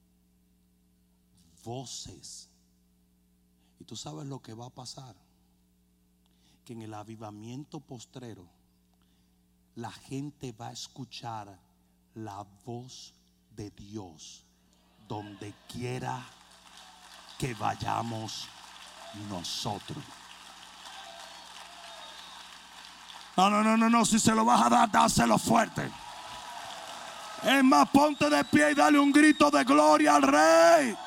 Voces. Y tú sabes lo que va a pasar. Que en el avivamiento postrero la gente va a escuchar la voz de Dios donde quiera que vayamos nosotros. No, si se lo vas a dar, dáselo fuerte. Es más, ponte de pie y dale un grito de gloria al Rey.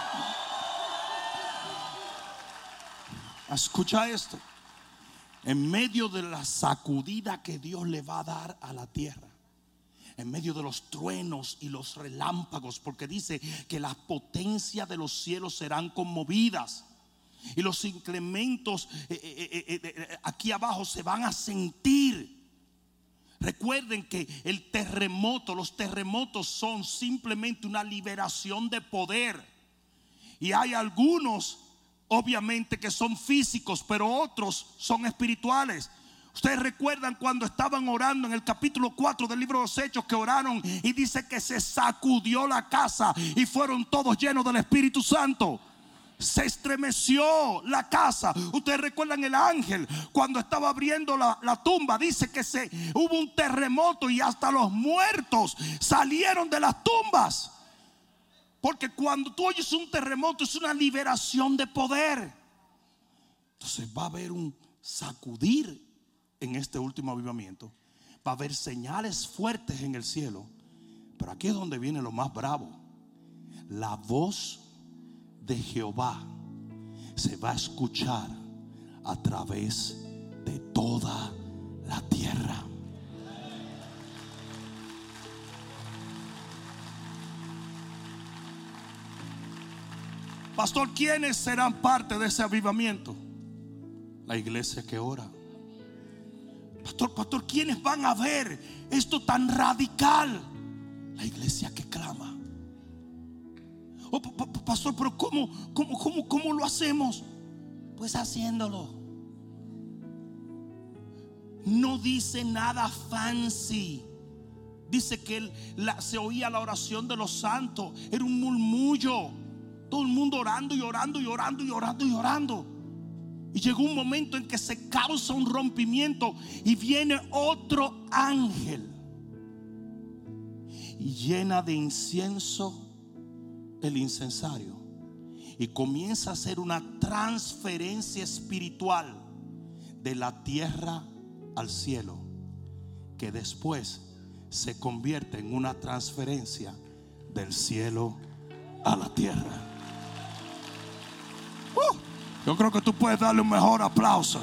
Escucha esto. En medio de la sacudida que Dios le va a dar a la tierra, en medio de los truenos y los relámpagos, porque dice que las potencias de los cielos serán conmovidas y los incrementos aquí abajo se van a sentir. Recuerden que el terremoto, los terremotos son simplemente una liberación de poder. Y hay algunos, obviamente, que son físicos, pero otros son espirituales. Ustedes recuerdan cuando estaban orando en el capítulo 4 del libro de los Hechos, que oraron y dice que se sacudió la casa y fueron todos llenos del Espíritu Santo. Se estremeció la casa. Ustedes recuerdan el ángel cuando estaba abriendo la tumba, dice que hubo un terremoto y hasta los muertos salieron de las tumbas. Porque cuando tú oyes un terremoto es una liberación de poder. Entonces va a haber un sacudir en este último avivamiento. Va a haber señales fuertes en el cielo. Pero aquí es donde viene lo más bravo. La voz de Jehová se va a escuchar a través de toda la tierra. Pastor, ¿quiénes serán parte de ese avivamiento? La iglesia que ora. Pastor, ¿quiénes van a ver esto tan radical? La iglesia que clama. Oh, pastor, pero ¿cómo lo hacemos? Pues haciéndolo. No dice nada fancy. Dice que se oía la oración de los santos. Era un murmullo. Todo el mundo orando y orando y orando y orando y orando. Y llegó un momento en que se causa un rompimiento y viene otro ángel y llena de incienso el incensario y comienza a hacer una transferencia espiritual de la tierra al cielo, que después se convierte en una transferencia del cielo a la tierra. Yo creo que tú puedes darle un mejor aplauso.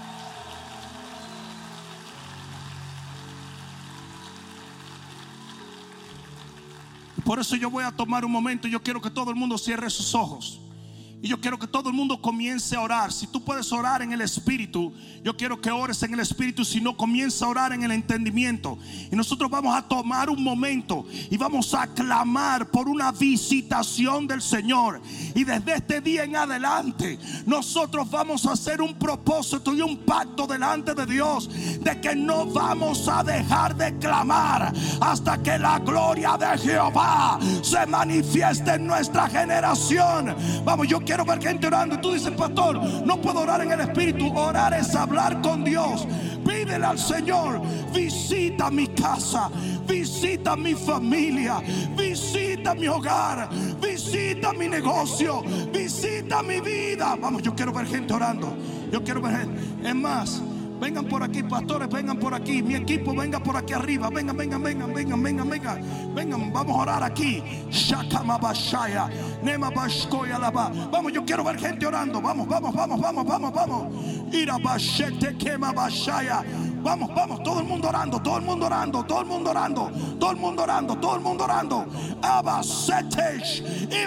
Por eso yo voy a tomar un momento. Yo quiero que todo el mundo cierre sus ojos. Y yo quiero que todo el mundo comience a orar. Si tú puedes orar en el Espíritu, yo quiero que ores en el Espíritu. Si no, comienza a orar en el entendimiento. Y nosotros vamos a tomar un momento y vamos a clamar por una visitación del Señor. Y desde este día en adelante, nosotros vamos a hacer un propósito y un pacto delante de Dios de que no vamos a dejar de clamar hasta que la gloria de Jehová se manifieste en nuestra generación. Vamos, yo quiero ver gente orando. Y tú dices, pastor, no puedo orar en el Espíritu. Orar es hablar con Dios. Pídele al Señor: visita mi casa, visita mi familia, visita mi hogar, visita mi negocio, visita mi vida. Vamos, yo quiero ver gente orando. Yo quiero ver gente. Es más, vengan por aquí, pastores, vengan por aquí. Mi equipo, venga por aquí arriba. Vengan, vengan, vengan, vengan, vengan, vengan. Vengan, vamos a orar aquí. Shakamabashaya, Nemabashkoya Laba. Vamos, yo quiero ver gente orando. Vamos, vamos, vamos, vamos, vamos, vamos. Irabashete Kemabashaya. Vamos, vamos, todo el mundo orando, todo el mundo orando, todo el mundo orando, todo el mundo orando, todo el mundo orando. Abasetesh,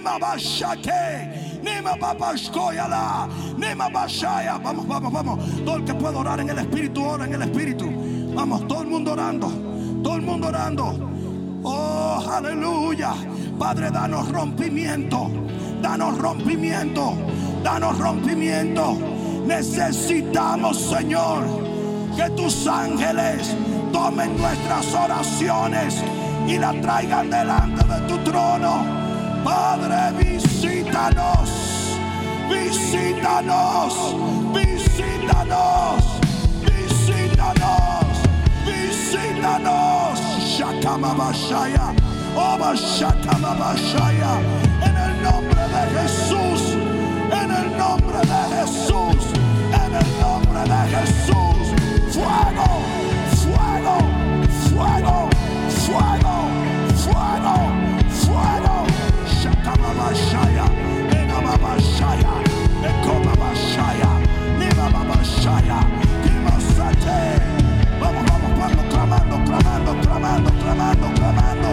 Imabashake, Nemabashkoyala, Nemabashaya. Vamos, vamos, vamos. Todo el que pueda orar en el Espíritu, ora en el Espíritu. Vamos, todo el mundo orando, todo el mundo orando. Oh, aleluya. Padre, danos rompimiento, danos rompimiento, danos rompimiento. Necesitamos, Señor, que tus ángeles tomen nuestras oraciones y las traigan delante de tu trono. Padre, visítanos, visítanos, visítanos, visítanos, visítanos. Shakamabashaya, Oba Shakamabashaya. En el nombre de Jesús, en el nombre de Jesús, en el nombre de Jesús. Fuego, fuego, fuego, fuego, fuego, fuego. Shakamabashaya, Enamabashaya, Ekomabashaya, Nimabashaya, Kimasate. Vamos, vamos, vamos, clamando, clamando, clamando, clamando, clamando.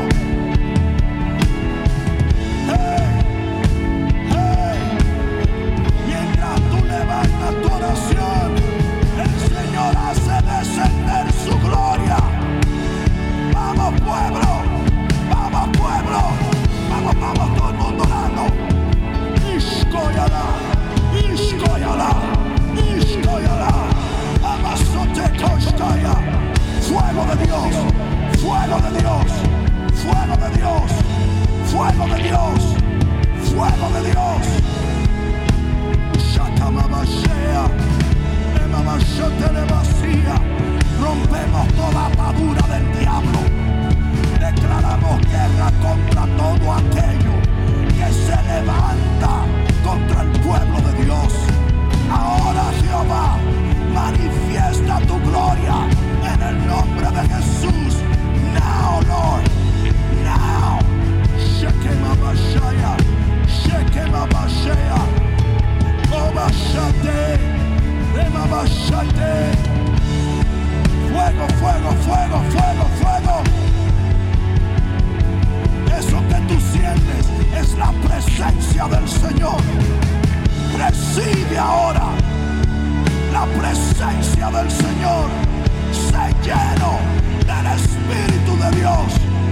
Hey, hey. Mientras tú levantas tu oración, el Señor hace descender su gloria. Vamos, pueblo, vamos, pueblo, vamos, vamos, todo el mundo orando. Ishkoyala, Ishkoyala, Ishkoyala, Amazote Koshkaya. Fuego de Dios, fuego de Dios, fuego de Dios, fuego de Dios, fuego de Dios. Shakamabashea, Emamashotelebasia. Rompemos toda atadura del diablo. Declaramos guerra contra todo aquello que se levanta contra el pueblo de Dios. Ahora, Jehová, manifiesta tu gloria en el nombre de Jesús. Now, Lord, now. Shekemabashaya, Shekemabashaya, Obashate, Emabashate. Fuego, fuego, fuego, fuego, fuego. Eso que tú sientes es la presencia del Señor. Recibe ahora la presencia del Señor. Sé lleno del Espíritu de Dios.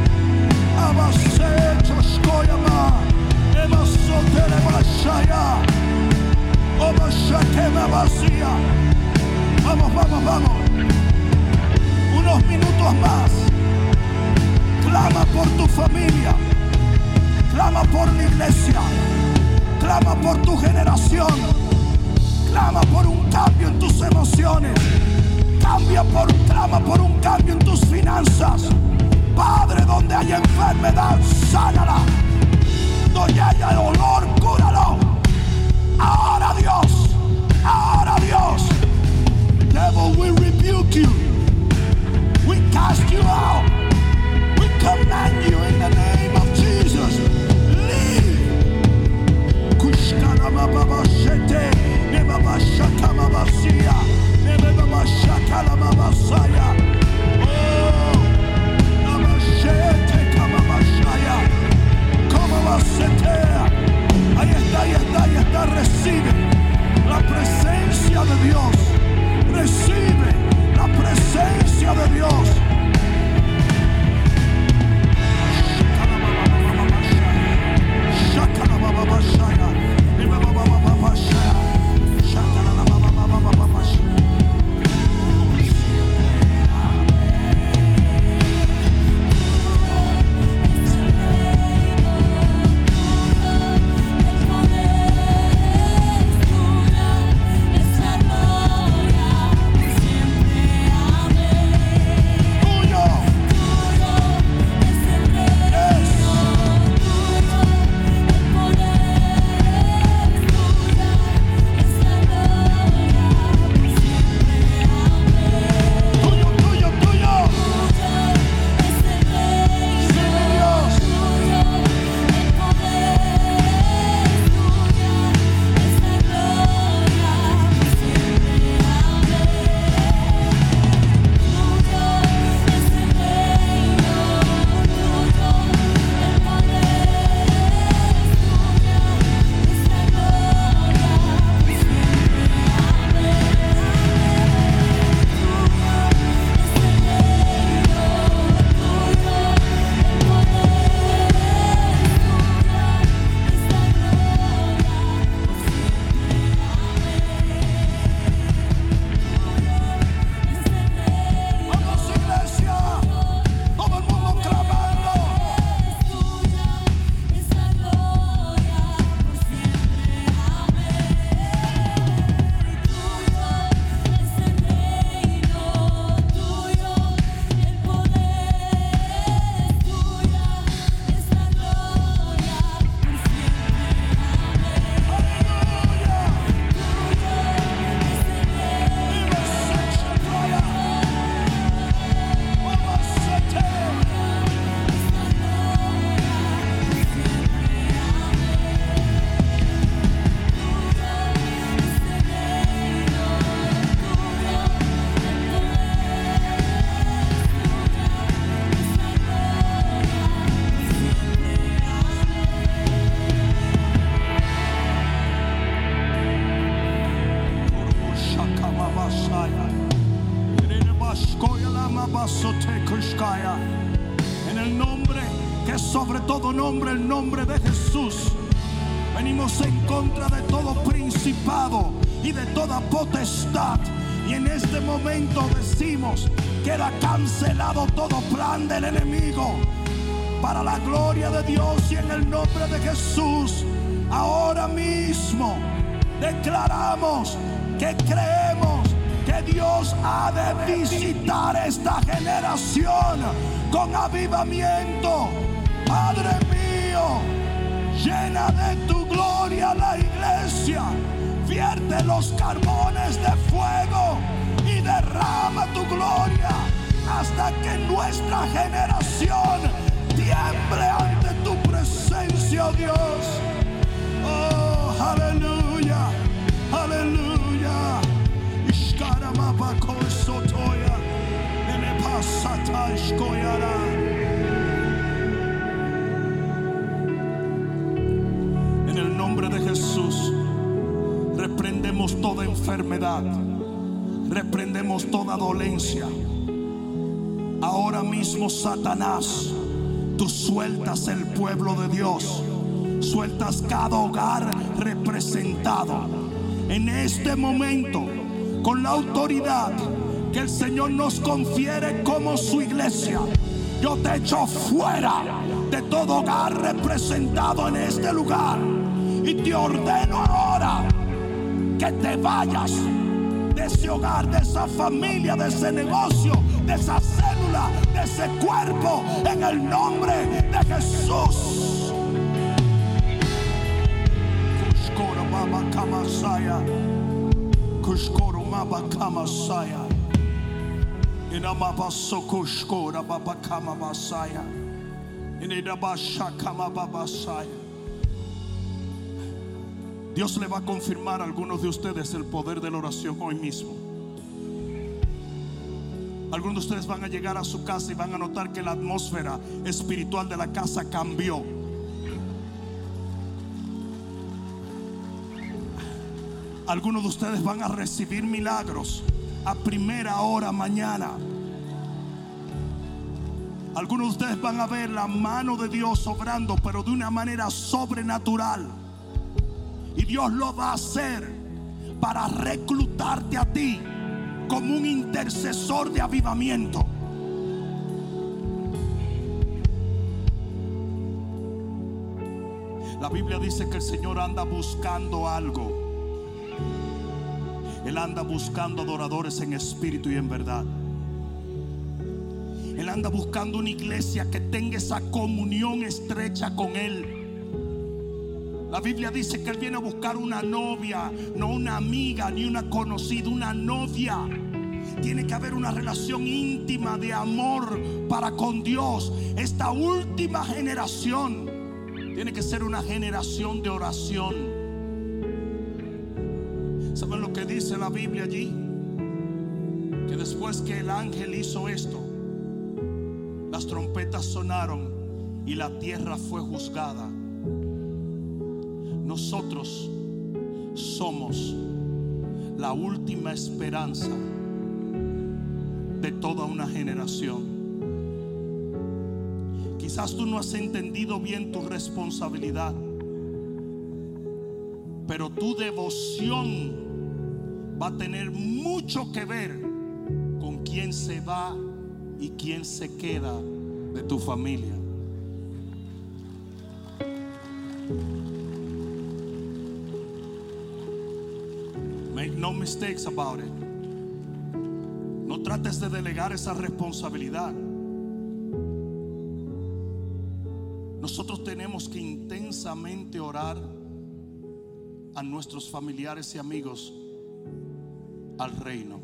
Abasecho Shkoyama, Emasotelebashaya, Obashakemabashia. Vamos, vamos, vamos. Unos minutos más. Clama por tu familia. Clama por la iglesia. Clama por tu generación. Clama por un cambio en tus emociones. Clama por un cambio en tus finanzas. Padre, donde haya enfermedad, sánala. Donde haya dolor, cúralo. Ahora Dios, ahora Dios. Devil, we rebuke you. We cast you out. We command you in the name of Jesus. Leave. Kushkanamabashete. En el nombre que es sobre todo nombre, el nombre de Jesús, venimos en contra de todo principado y de toda potestad. Y en este momento decimos: queda cancelado todo plan del enemigo para la gloria de Dios. Y en el nombre de Jesús, ahora mismo declaramos que creemos que Dios ha de visitar esta generación con avivamiento. Padre mío, llena de tu gloria la iglesia, vierte los carbones de fuego y derrama tu gloria hasta que nuestra generación tiemble ante tu presencia, oh Dios. Oh, aleluya, aleluya. En el nombre de Jesús reprendemos toda enfermedad, reprendemos toda dolencia. Ahora mismo, Satanás, tú sueltas el pueblo de Dios, sueltas cada hogar representado en este momento con la autoridad que el Señor nos confiere como su iglesia. Yo te echo fuera de todo hogar representado en este lugar y te ordeno ahora que te vayas de ese hogar, de esa familia, de ese negocio, de esa célula, de ese cuerpo, en el nombre de Jesús. Kushkora Baba Kamasaya, Kushkora Baba Kamasaya, Inamaba Sokushkora Baba Kamasaya, Inidabashakama Babasaya. Dios le va a confirmar a algunos de ustedes el poder de la oración hoy mismo. Algunos de ustedes van a llegar a su casa y van a notar que la atmósfera espiritual de la casa cambió. Algunos de ustedes van a recibir milagros a primera hora mañana. Algunos de ustedes van a ver la mano de Dios obrando, pero de una manera sobrenatural. Y Dios lo va a hacer para reclutarte a ti como un intercesor de avivamiento. La Biblia dice que el Señor anda buscando algo. Él anda buscando adoradores en espíritu y en verdad. Él anda buscando una iglesia que tenga esa comunión estrecha con Él. La Biblia dice que Él viene a buscar una novia, no una amiga ni una conocida, una novia. Tiene que haber una relación íntima de amor para con Dios. Esta última generación tiene que ser una generación de oración. ¿Saben lo que dice la Biblia allí? Que después que el ángel hizo esto, las trompetas sonaron y la tierra fue juzgada. Nosotros somos la última esperanza de toda una generación. Quizás tú no has entendido bien tu responsabilidad, pero tu devoción va a tener mucho que ver con quién se va y quién se queda de tu familia. Make no mistakes about it. No trates de delegar esa responsabilidad. Nosotros tenemos que intensamente orar a nuestros familiares y amigos al reino.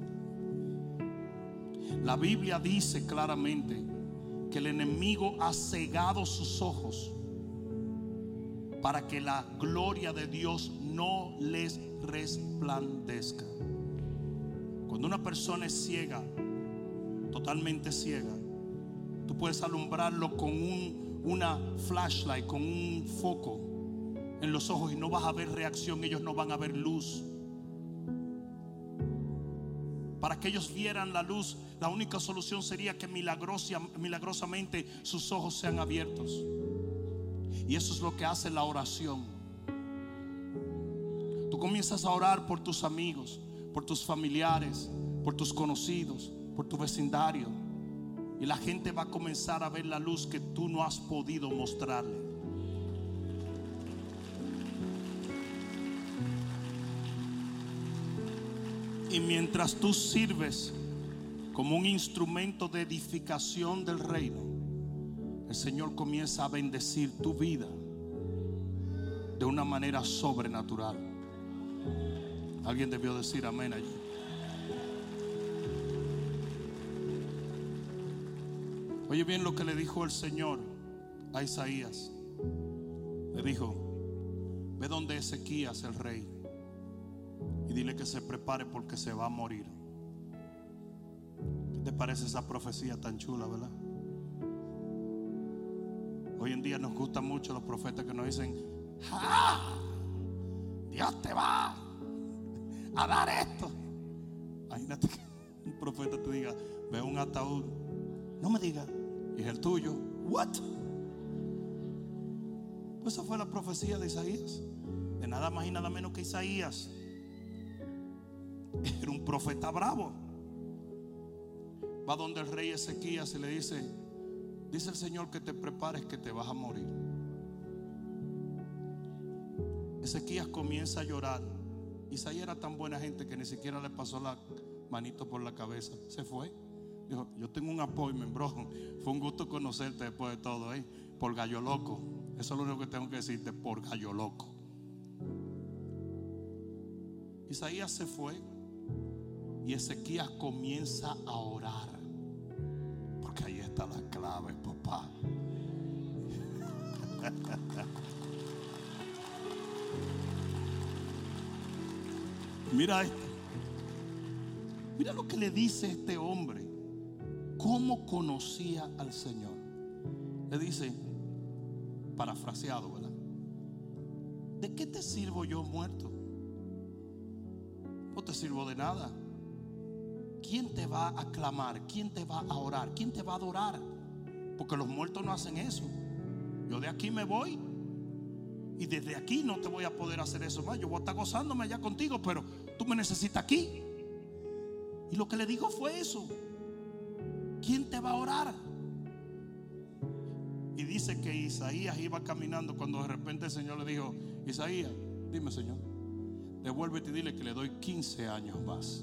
La Biblia dice claramente que el enemigo ha cegado sus ojos para que la gloria de Dios no les resplandezca. Cuando una persona es ciega, totalmente ciega, tú puedes alumbrarlo con una flashlight, con un foco en los ojos y no vas a ver reacción, ellos no van a ver luz. Para que ellos vieran la luz, la única solución sería que milagrosamente sus ojos sean abiertos. Y eso es lo que hace la oración. Tú comienzas a orar por tus amigos, por tus familiares, por tus conocidos, por tu vecindario. Y la gente va a comenzar a ver la luz que tú no has podido mostrarle. Y mientras tú sirves como un instrumento de edificación del reino, el Señor comienza a bendecir tu vida de una manera sobrenatural. Alguien debió decir amén allí. Oye bien lo que le dijo el Señor a Isaías. Le dijo: ve donde Ezequías el rey y dile que se prepare porque se va a morir. ¿Qué te parece esa profecía tan chula, verdad? Hoy en día nos gustan mucho los profetas que nos dicen: ¡ah! Dios te va a dar esto. Imagínate que un profeta te diga: ve un ataúd. No me diga, ¿y es el tuyo? What? Pues esa fue la profecía de Isaías. De nada más y nada menos que Isaías era un profeta bravo. Va donde el rey Ezequías y le dice: dice el Señor que te prepares, que te vas a morir. Ezequías comienza a llorar. Isaías era tan buena gente que ni siquiera le pasó la manito por la cabeza. Se fue. Dijo: yo tengo un appointment, bro. Fue un gusto conocerte después de todo, por gallo loco. Eso es lo único que tengo que decirte, por gallo loco. Isaías se fue y Ezequías comienza a orar. Porque ahí está la clave, papá. Mira esto. Mira lo que le dice este hombre. ¿Cómo conocía al Señor? Le dice, parafraseado, ¿verdad? ¿De qué te sirvo yo muerto? No te sirvo de nada. ¿Quién te va a clamar? ¿Quién te va a orar? ¿Quién te va a adorar? Porque los muertos no hacen eso. Yo de aquí me voy y desde aquí no te voy a poder hacer eso más. Yo voy a estar gozándome allá contigo, pero tú me necesitas aquí. Y lo que le dijo fue eso. ¿Quién te va a orar? Y dice que Isaías iba caminando cuando de repente el Señor le dijo: Isaías, dime, Señor, devuélvete y dile que le doy 15 años más.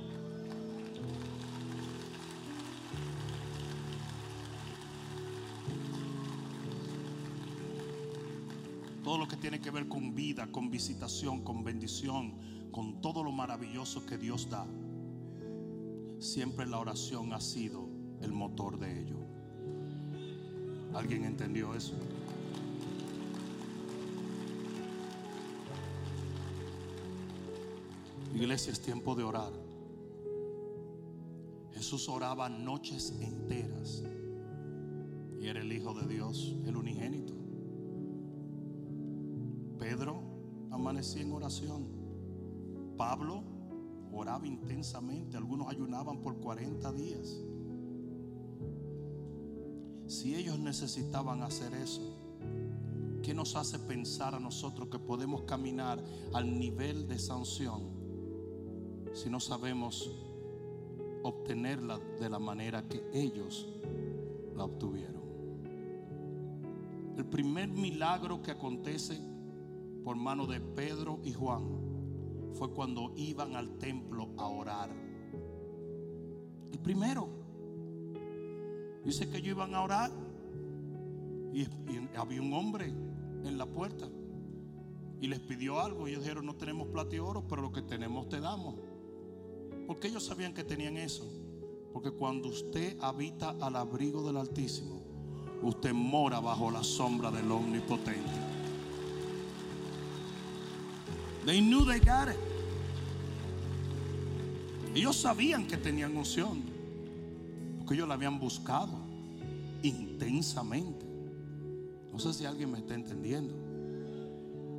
Todo lo que tiene que ver con vida, con visitación, con bendición, con todo lo maravilloso que Dios da, siempre la oración ha sido el motor de ello. ¿Alguien entendió eso? Iglesia, es tiempo de orar. Jesús oraba noches enteras y era el Hijo de Dios, el unigénito. Pedro amanecía en oración. Pablo oraba intensamente. Algunos ayunaban por 40 días. Si ellos necesitaban hacer eso, ¿qué nos hace pensar a nosotros que podemos caminar al nivel de sanción si no sabemos obtenerla de la manera que ellos la obtuvieron? El primer milagro que acontece por mano de Pedro y Juan fue cuando iban al templo a orar. El primero. Dice que ellos iban a orar y había un hombre en la puerta y les pidió algo. Y ellos dijeron: no tenemos plata y oro, pero lo que tenemos te damos. Porque ellos sabían que tenían eso. Porque cuando usted habita al abrigo del Altísimo, usted mora bajo la sombra del Omnipotente. They knew they got it. Ellos sabían que tenían unción, porque ellos la habían buscado intensamente. No sé si alguien me está entendiendo.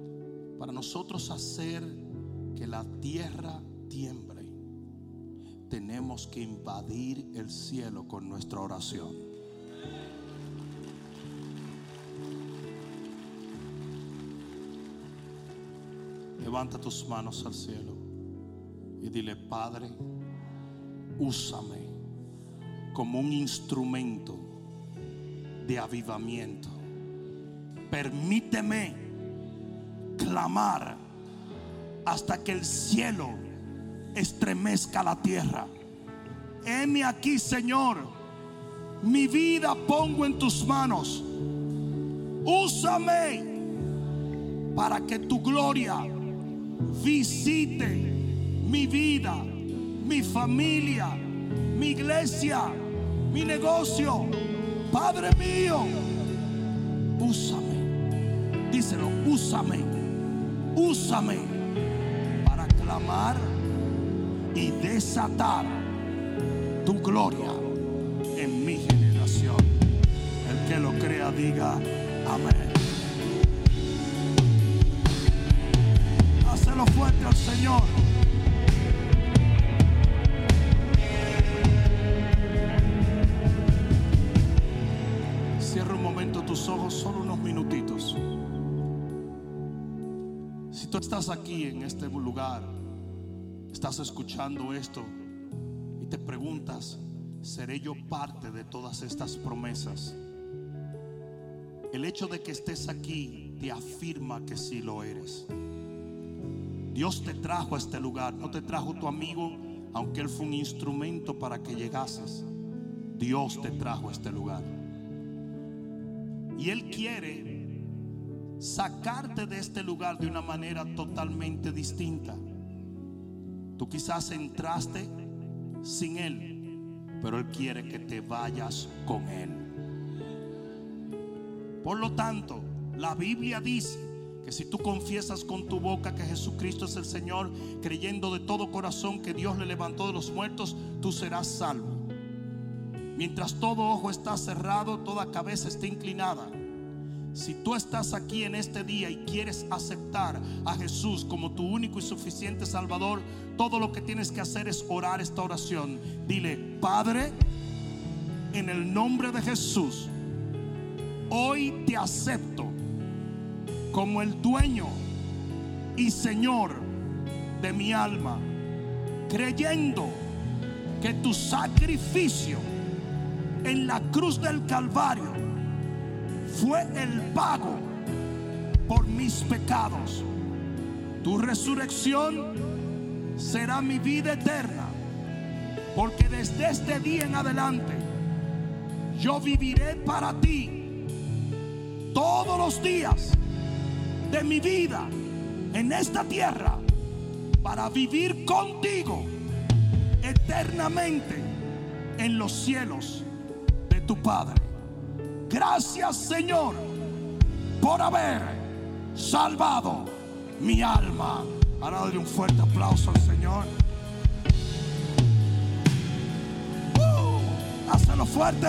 Para nosotros hacer que la tierra tiemble, tenemos que invadir el cielo con nuestra oración. Levanta tus manos al cielo y dile: Padre, úsame como un instrumento de avivamiento. Permíteme clamar hasta que el cielo estremezca la tierra. Heme aquí, Señor, mi vida pongo en tus manos. Úsame para que tu gloria visite mi vida, mi familia, mi iglesia, mi negocio. Padre mío, úsame. Díselo: úsame, úsame para clamar y desatar tu gloria en mi generación. El que lo crea diga amén. Hácelo fuerte al Señor. Cierra un momento tus ojos, solo unos minutitos. Si tú estás aquí en este lugar, estás escuchando esto y te preguntas: ¿seré yo parte de todas estas promesas? El hecho de que estés aquí te afirma que sí lo eres. Dios te trajo a este lugar. No te trajo tu amigo, aunque él fue un instrumento para que llegases. Dios te trajo a este lugar. Y Él quiere sacarte de este lugar de una manera totalmente distinta. Tú quizás entraste sin Él, pero Él quiere que te vayas con Él. Por lo tanto, la Biblia dice que si tú confiesas con tu boca que Jesucristo es el Señor, creyendo de todo corazón que Dios le levantó de los muertos, tú serás salvo. Mientras todo ojo está cerrado, toda cabeza está inclinada. Si tú estás aquí en este día y quieres aceptar a Jesús como tu único y suficiente Salvador, todo lo que tienes que hacer es orar esta oración. Dile: Padre, en el nombre de Jesús, hoy te acepto como el dueño y Señor de mi alma, creyendo que tu sacrificio en la cruz del Calvario fue el pago por mis pecados. Tu resurrección será mi vida eterna, porque desde este día en adelante yo viviré para ti todos los días de mi vida en esta tierra, para vivir contigo eternamente en los cielos de tu Padre. Gracias, Señor, por haber salvado mi alma. Ahora dale un fuerte aplauso al Señor. Hazlo fuerte.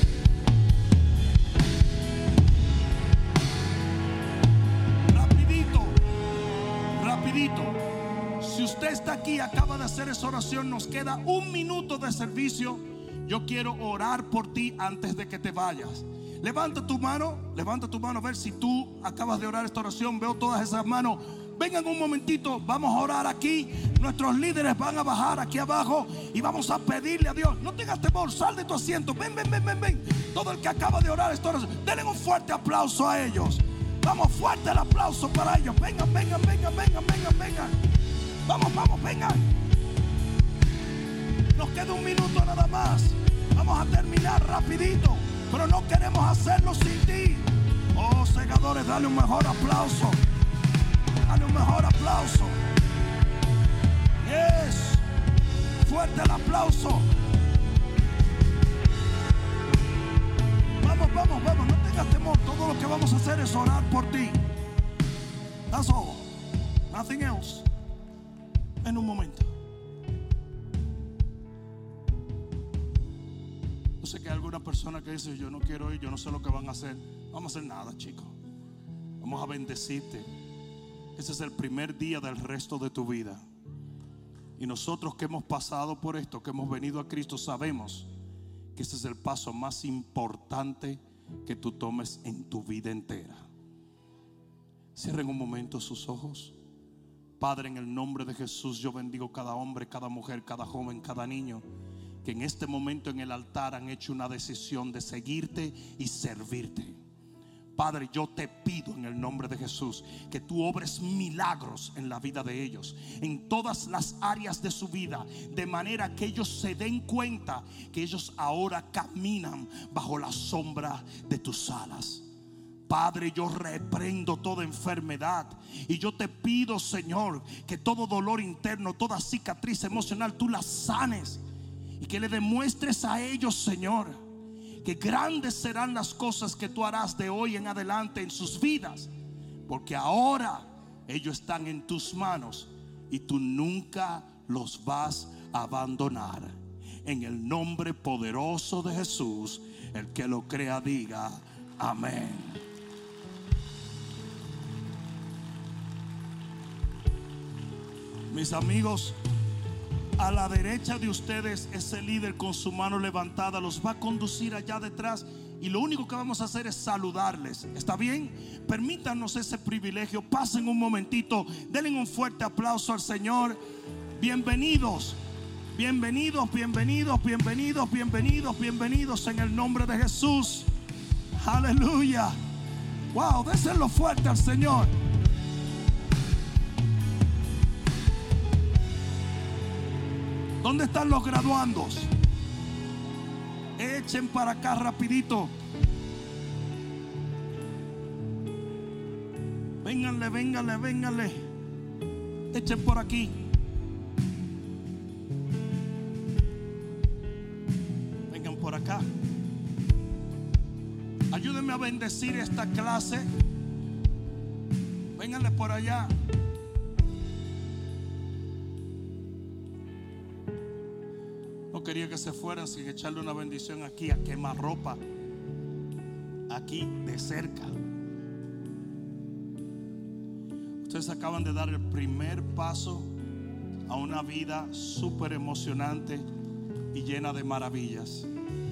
Rapidito. Si usted está aquí, acaba de hacer esa oración, nos queda 1 minuto de servicio. Yo quiero orar por ti antes de que te vayas. Levanta tu mano a ver si tú acabas de orar esta oración. Veo todas esas manos. Vengan un momentito, vamos a orar aquí. Nuestros líderes van a bajar aquí abajo y vamos a pedirle a Dios. No tengas temor, sal de tu asiento. Ven. Todo el que acaba de orar esta oración, denle un fuerte aplauso a ellos. Vamos, fuerte el aplauso para ellos. Vengan. Vamos, vengan. Nos queda 1 minuto nada más. Vamos a terminar rapidito, pero no queremos hacerlo sin ti. Oh, segadores, dale un mejor aplauso. Dale un mejor aplauso. Yes. Fuerte el aplauso. Vamos. No tengas temor. Todo lo que vamos a hacer es orar por ti. That's all. Nothing else. En un momento. Yo sé que hay alguna persona que dice: yo no quiero ir, yo no sé lo que van a hacer. No vamos a hacer nada, chicos. Vamos a bendecirte. Ese es el primer día del resto de tu vida. Y nosotros que hemos pasado por esto, que hemos venido a Cristo, sabemos que ese es el paso más importante que tú tomes en tu vida entera. Cierren un momento sus ojos. Padre, en el nombre de Jesús, yo bendigo cada hombre, cada mujer, cada joven, cada niño que en este momento en el altar han hecho una decisión de seguirte y servirte. Padre, yo te pido en el nombre de Jesús que tú obres milagros en la vida de ellos, en todas las áreas de su vida, de manera que ellos se den cuenta que ellos ahora caminan bajo la sombra de tus alas. Padre, yo reprendo toda enfermedad y yo te pido, Señor, que todo dolor interno, toda cicatriz emocional, tú la sanes y que le demuestres a ellos, Señor, que grandes serán las cosas que tú harás de hoy en adelante en sus vidas, porque ahora ellos están en tus manos y tú nunca los vas a abandonar. En el nombre poderoso de Jesús, el que lo crea diga amén. Mis amigos, a la derecha de ustedes, ese líder con su mano levantada los va a conducir allá detrás. Y lo único que vamos a hacer es saludarles. ¿Está bien? Permítanos ese privilegio. Pasen un momentito. Denle un fuerte aplauso al Señor. Bienvenidos. Bienvenidos, bienvenidos, bienvenidos, bienvenidos, bienvenidos en el nombre de Jesús. Aleluya. Wow, désenlo fuerte al Señor. ¿Dónde están los graduandos? Echen para acá rapidito. Vénganle, vénganle, vénganle. Echen por aquí. Vengan por acá. Ayúdenme a bendecir esta clase. Vénganle por allá. No quería que se fueran sin echarle una bendición aquí a quemarropa, aquí de cerca. Ustedes acaban de dar el primer paso a una vida súper emocionante y llena de maravillas.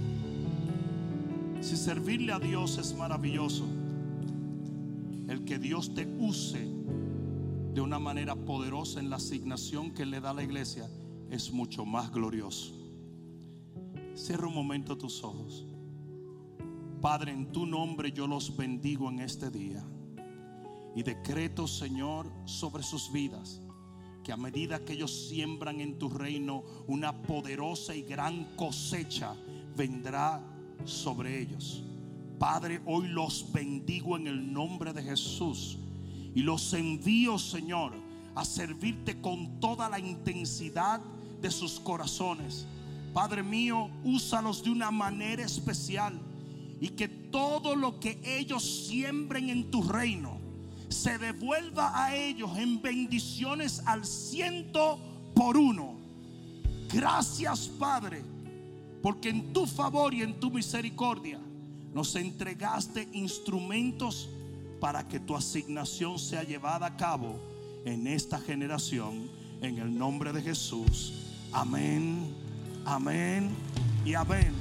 Si servirle a Dios es maravilloso, el que Dios te use de una manera poderosa en la asignación que le da a la iglesia es mucho más glorioso. Cierra un momento tus ojos. Padre, en tu nombre yo los bendigo en este día y decreto, Señor, sobre sus vidas que a medida que ellos siembran en tu reino, una poderosa y gran cosecha vendrá sobre ellos. Padre, hoy los bendigo en el nombre de Jesús y los envío, Señor, a servirte con toda la intensidad de sus corazones. Padre mío, úsalos de una manera especial y que todo lo que ellos siembren en tu reino se devuelva a ellos en bendiciones al 100%. Gracias, Padre, porque en tu favor y en tu misericordia nos entregaste instrumentos para que tu asignación sea llevada a cabo en esta generación. En el nombre de Jesús. Amén. Amén y amén.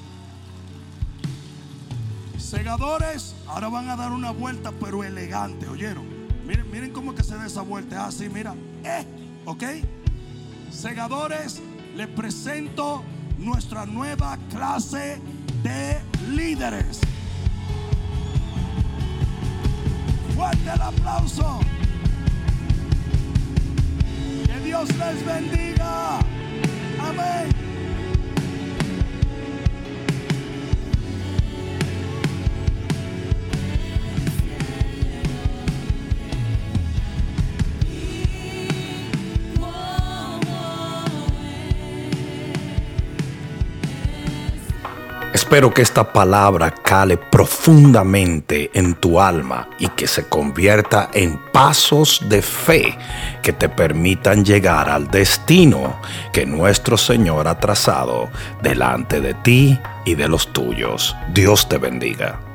Segadores, ahora van a dar una vuelta, pero elegante, ¿oyeron? Miren, miren cómo que se da esa vuelta. Así, mira. ¿Ok? Segadores, les presento nuestra nueva clase de líderes. Fuerte el aplauso. Que Dios les bendiga. Amén. Espero que esta palabra cale profundamente en tu alma y que se convierta en pasos de fe que te permitan llegar al destino que nuestro Señor ha trazado delante de ti y de los tuyos. Dios te bendiga.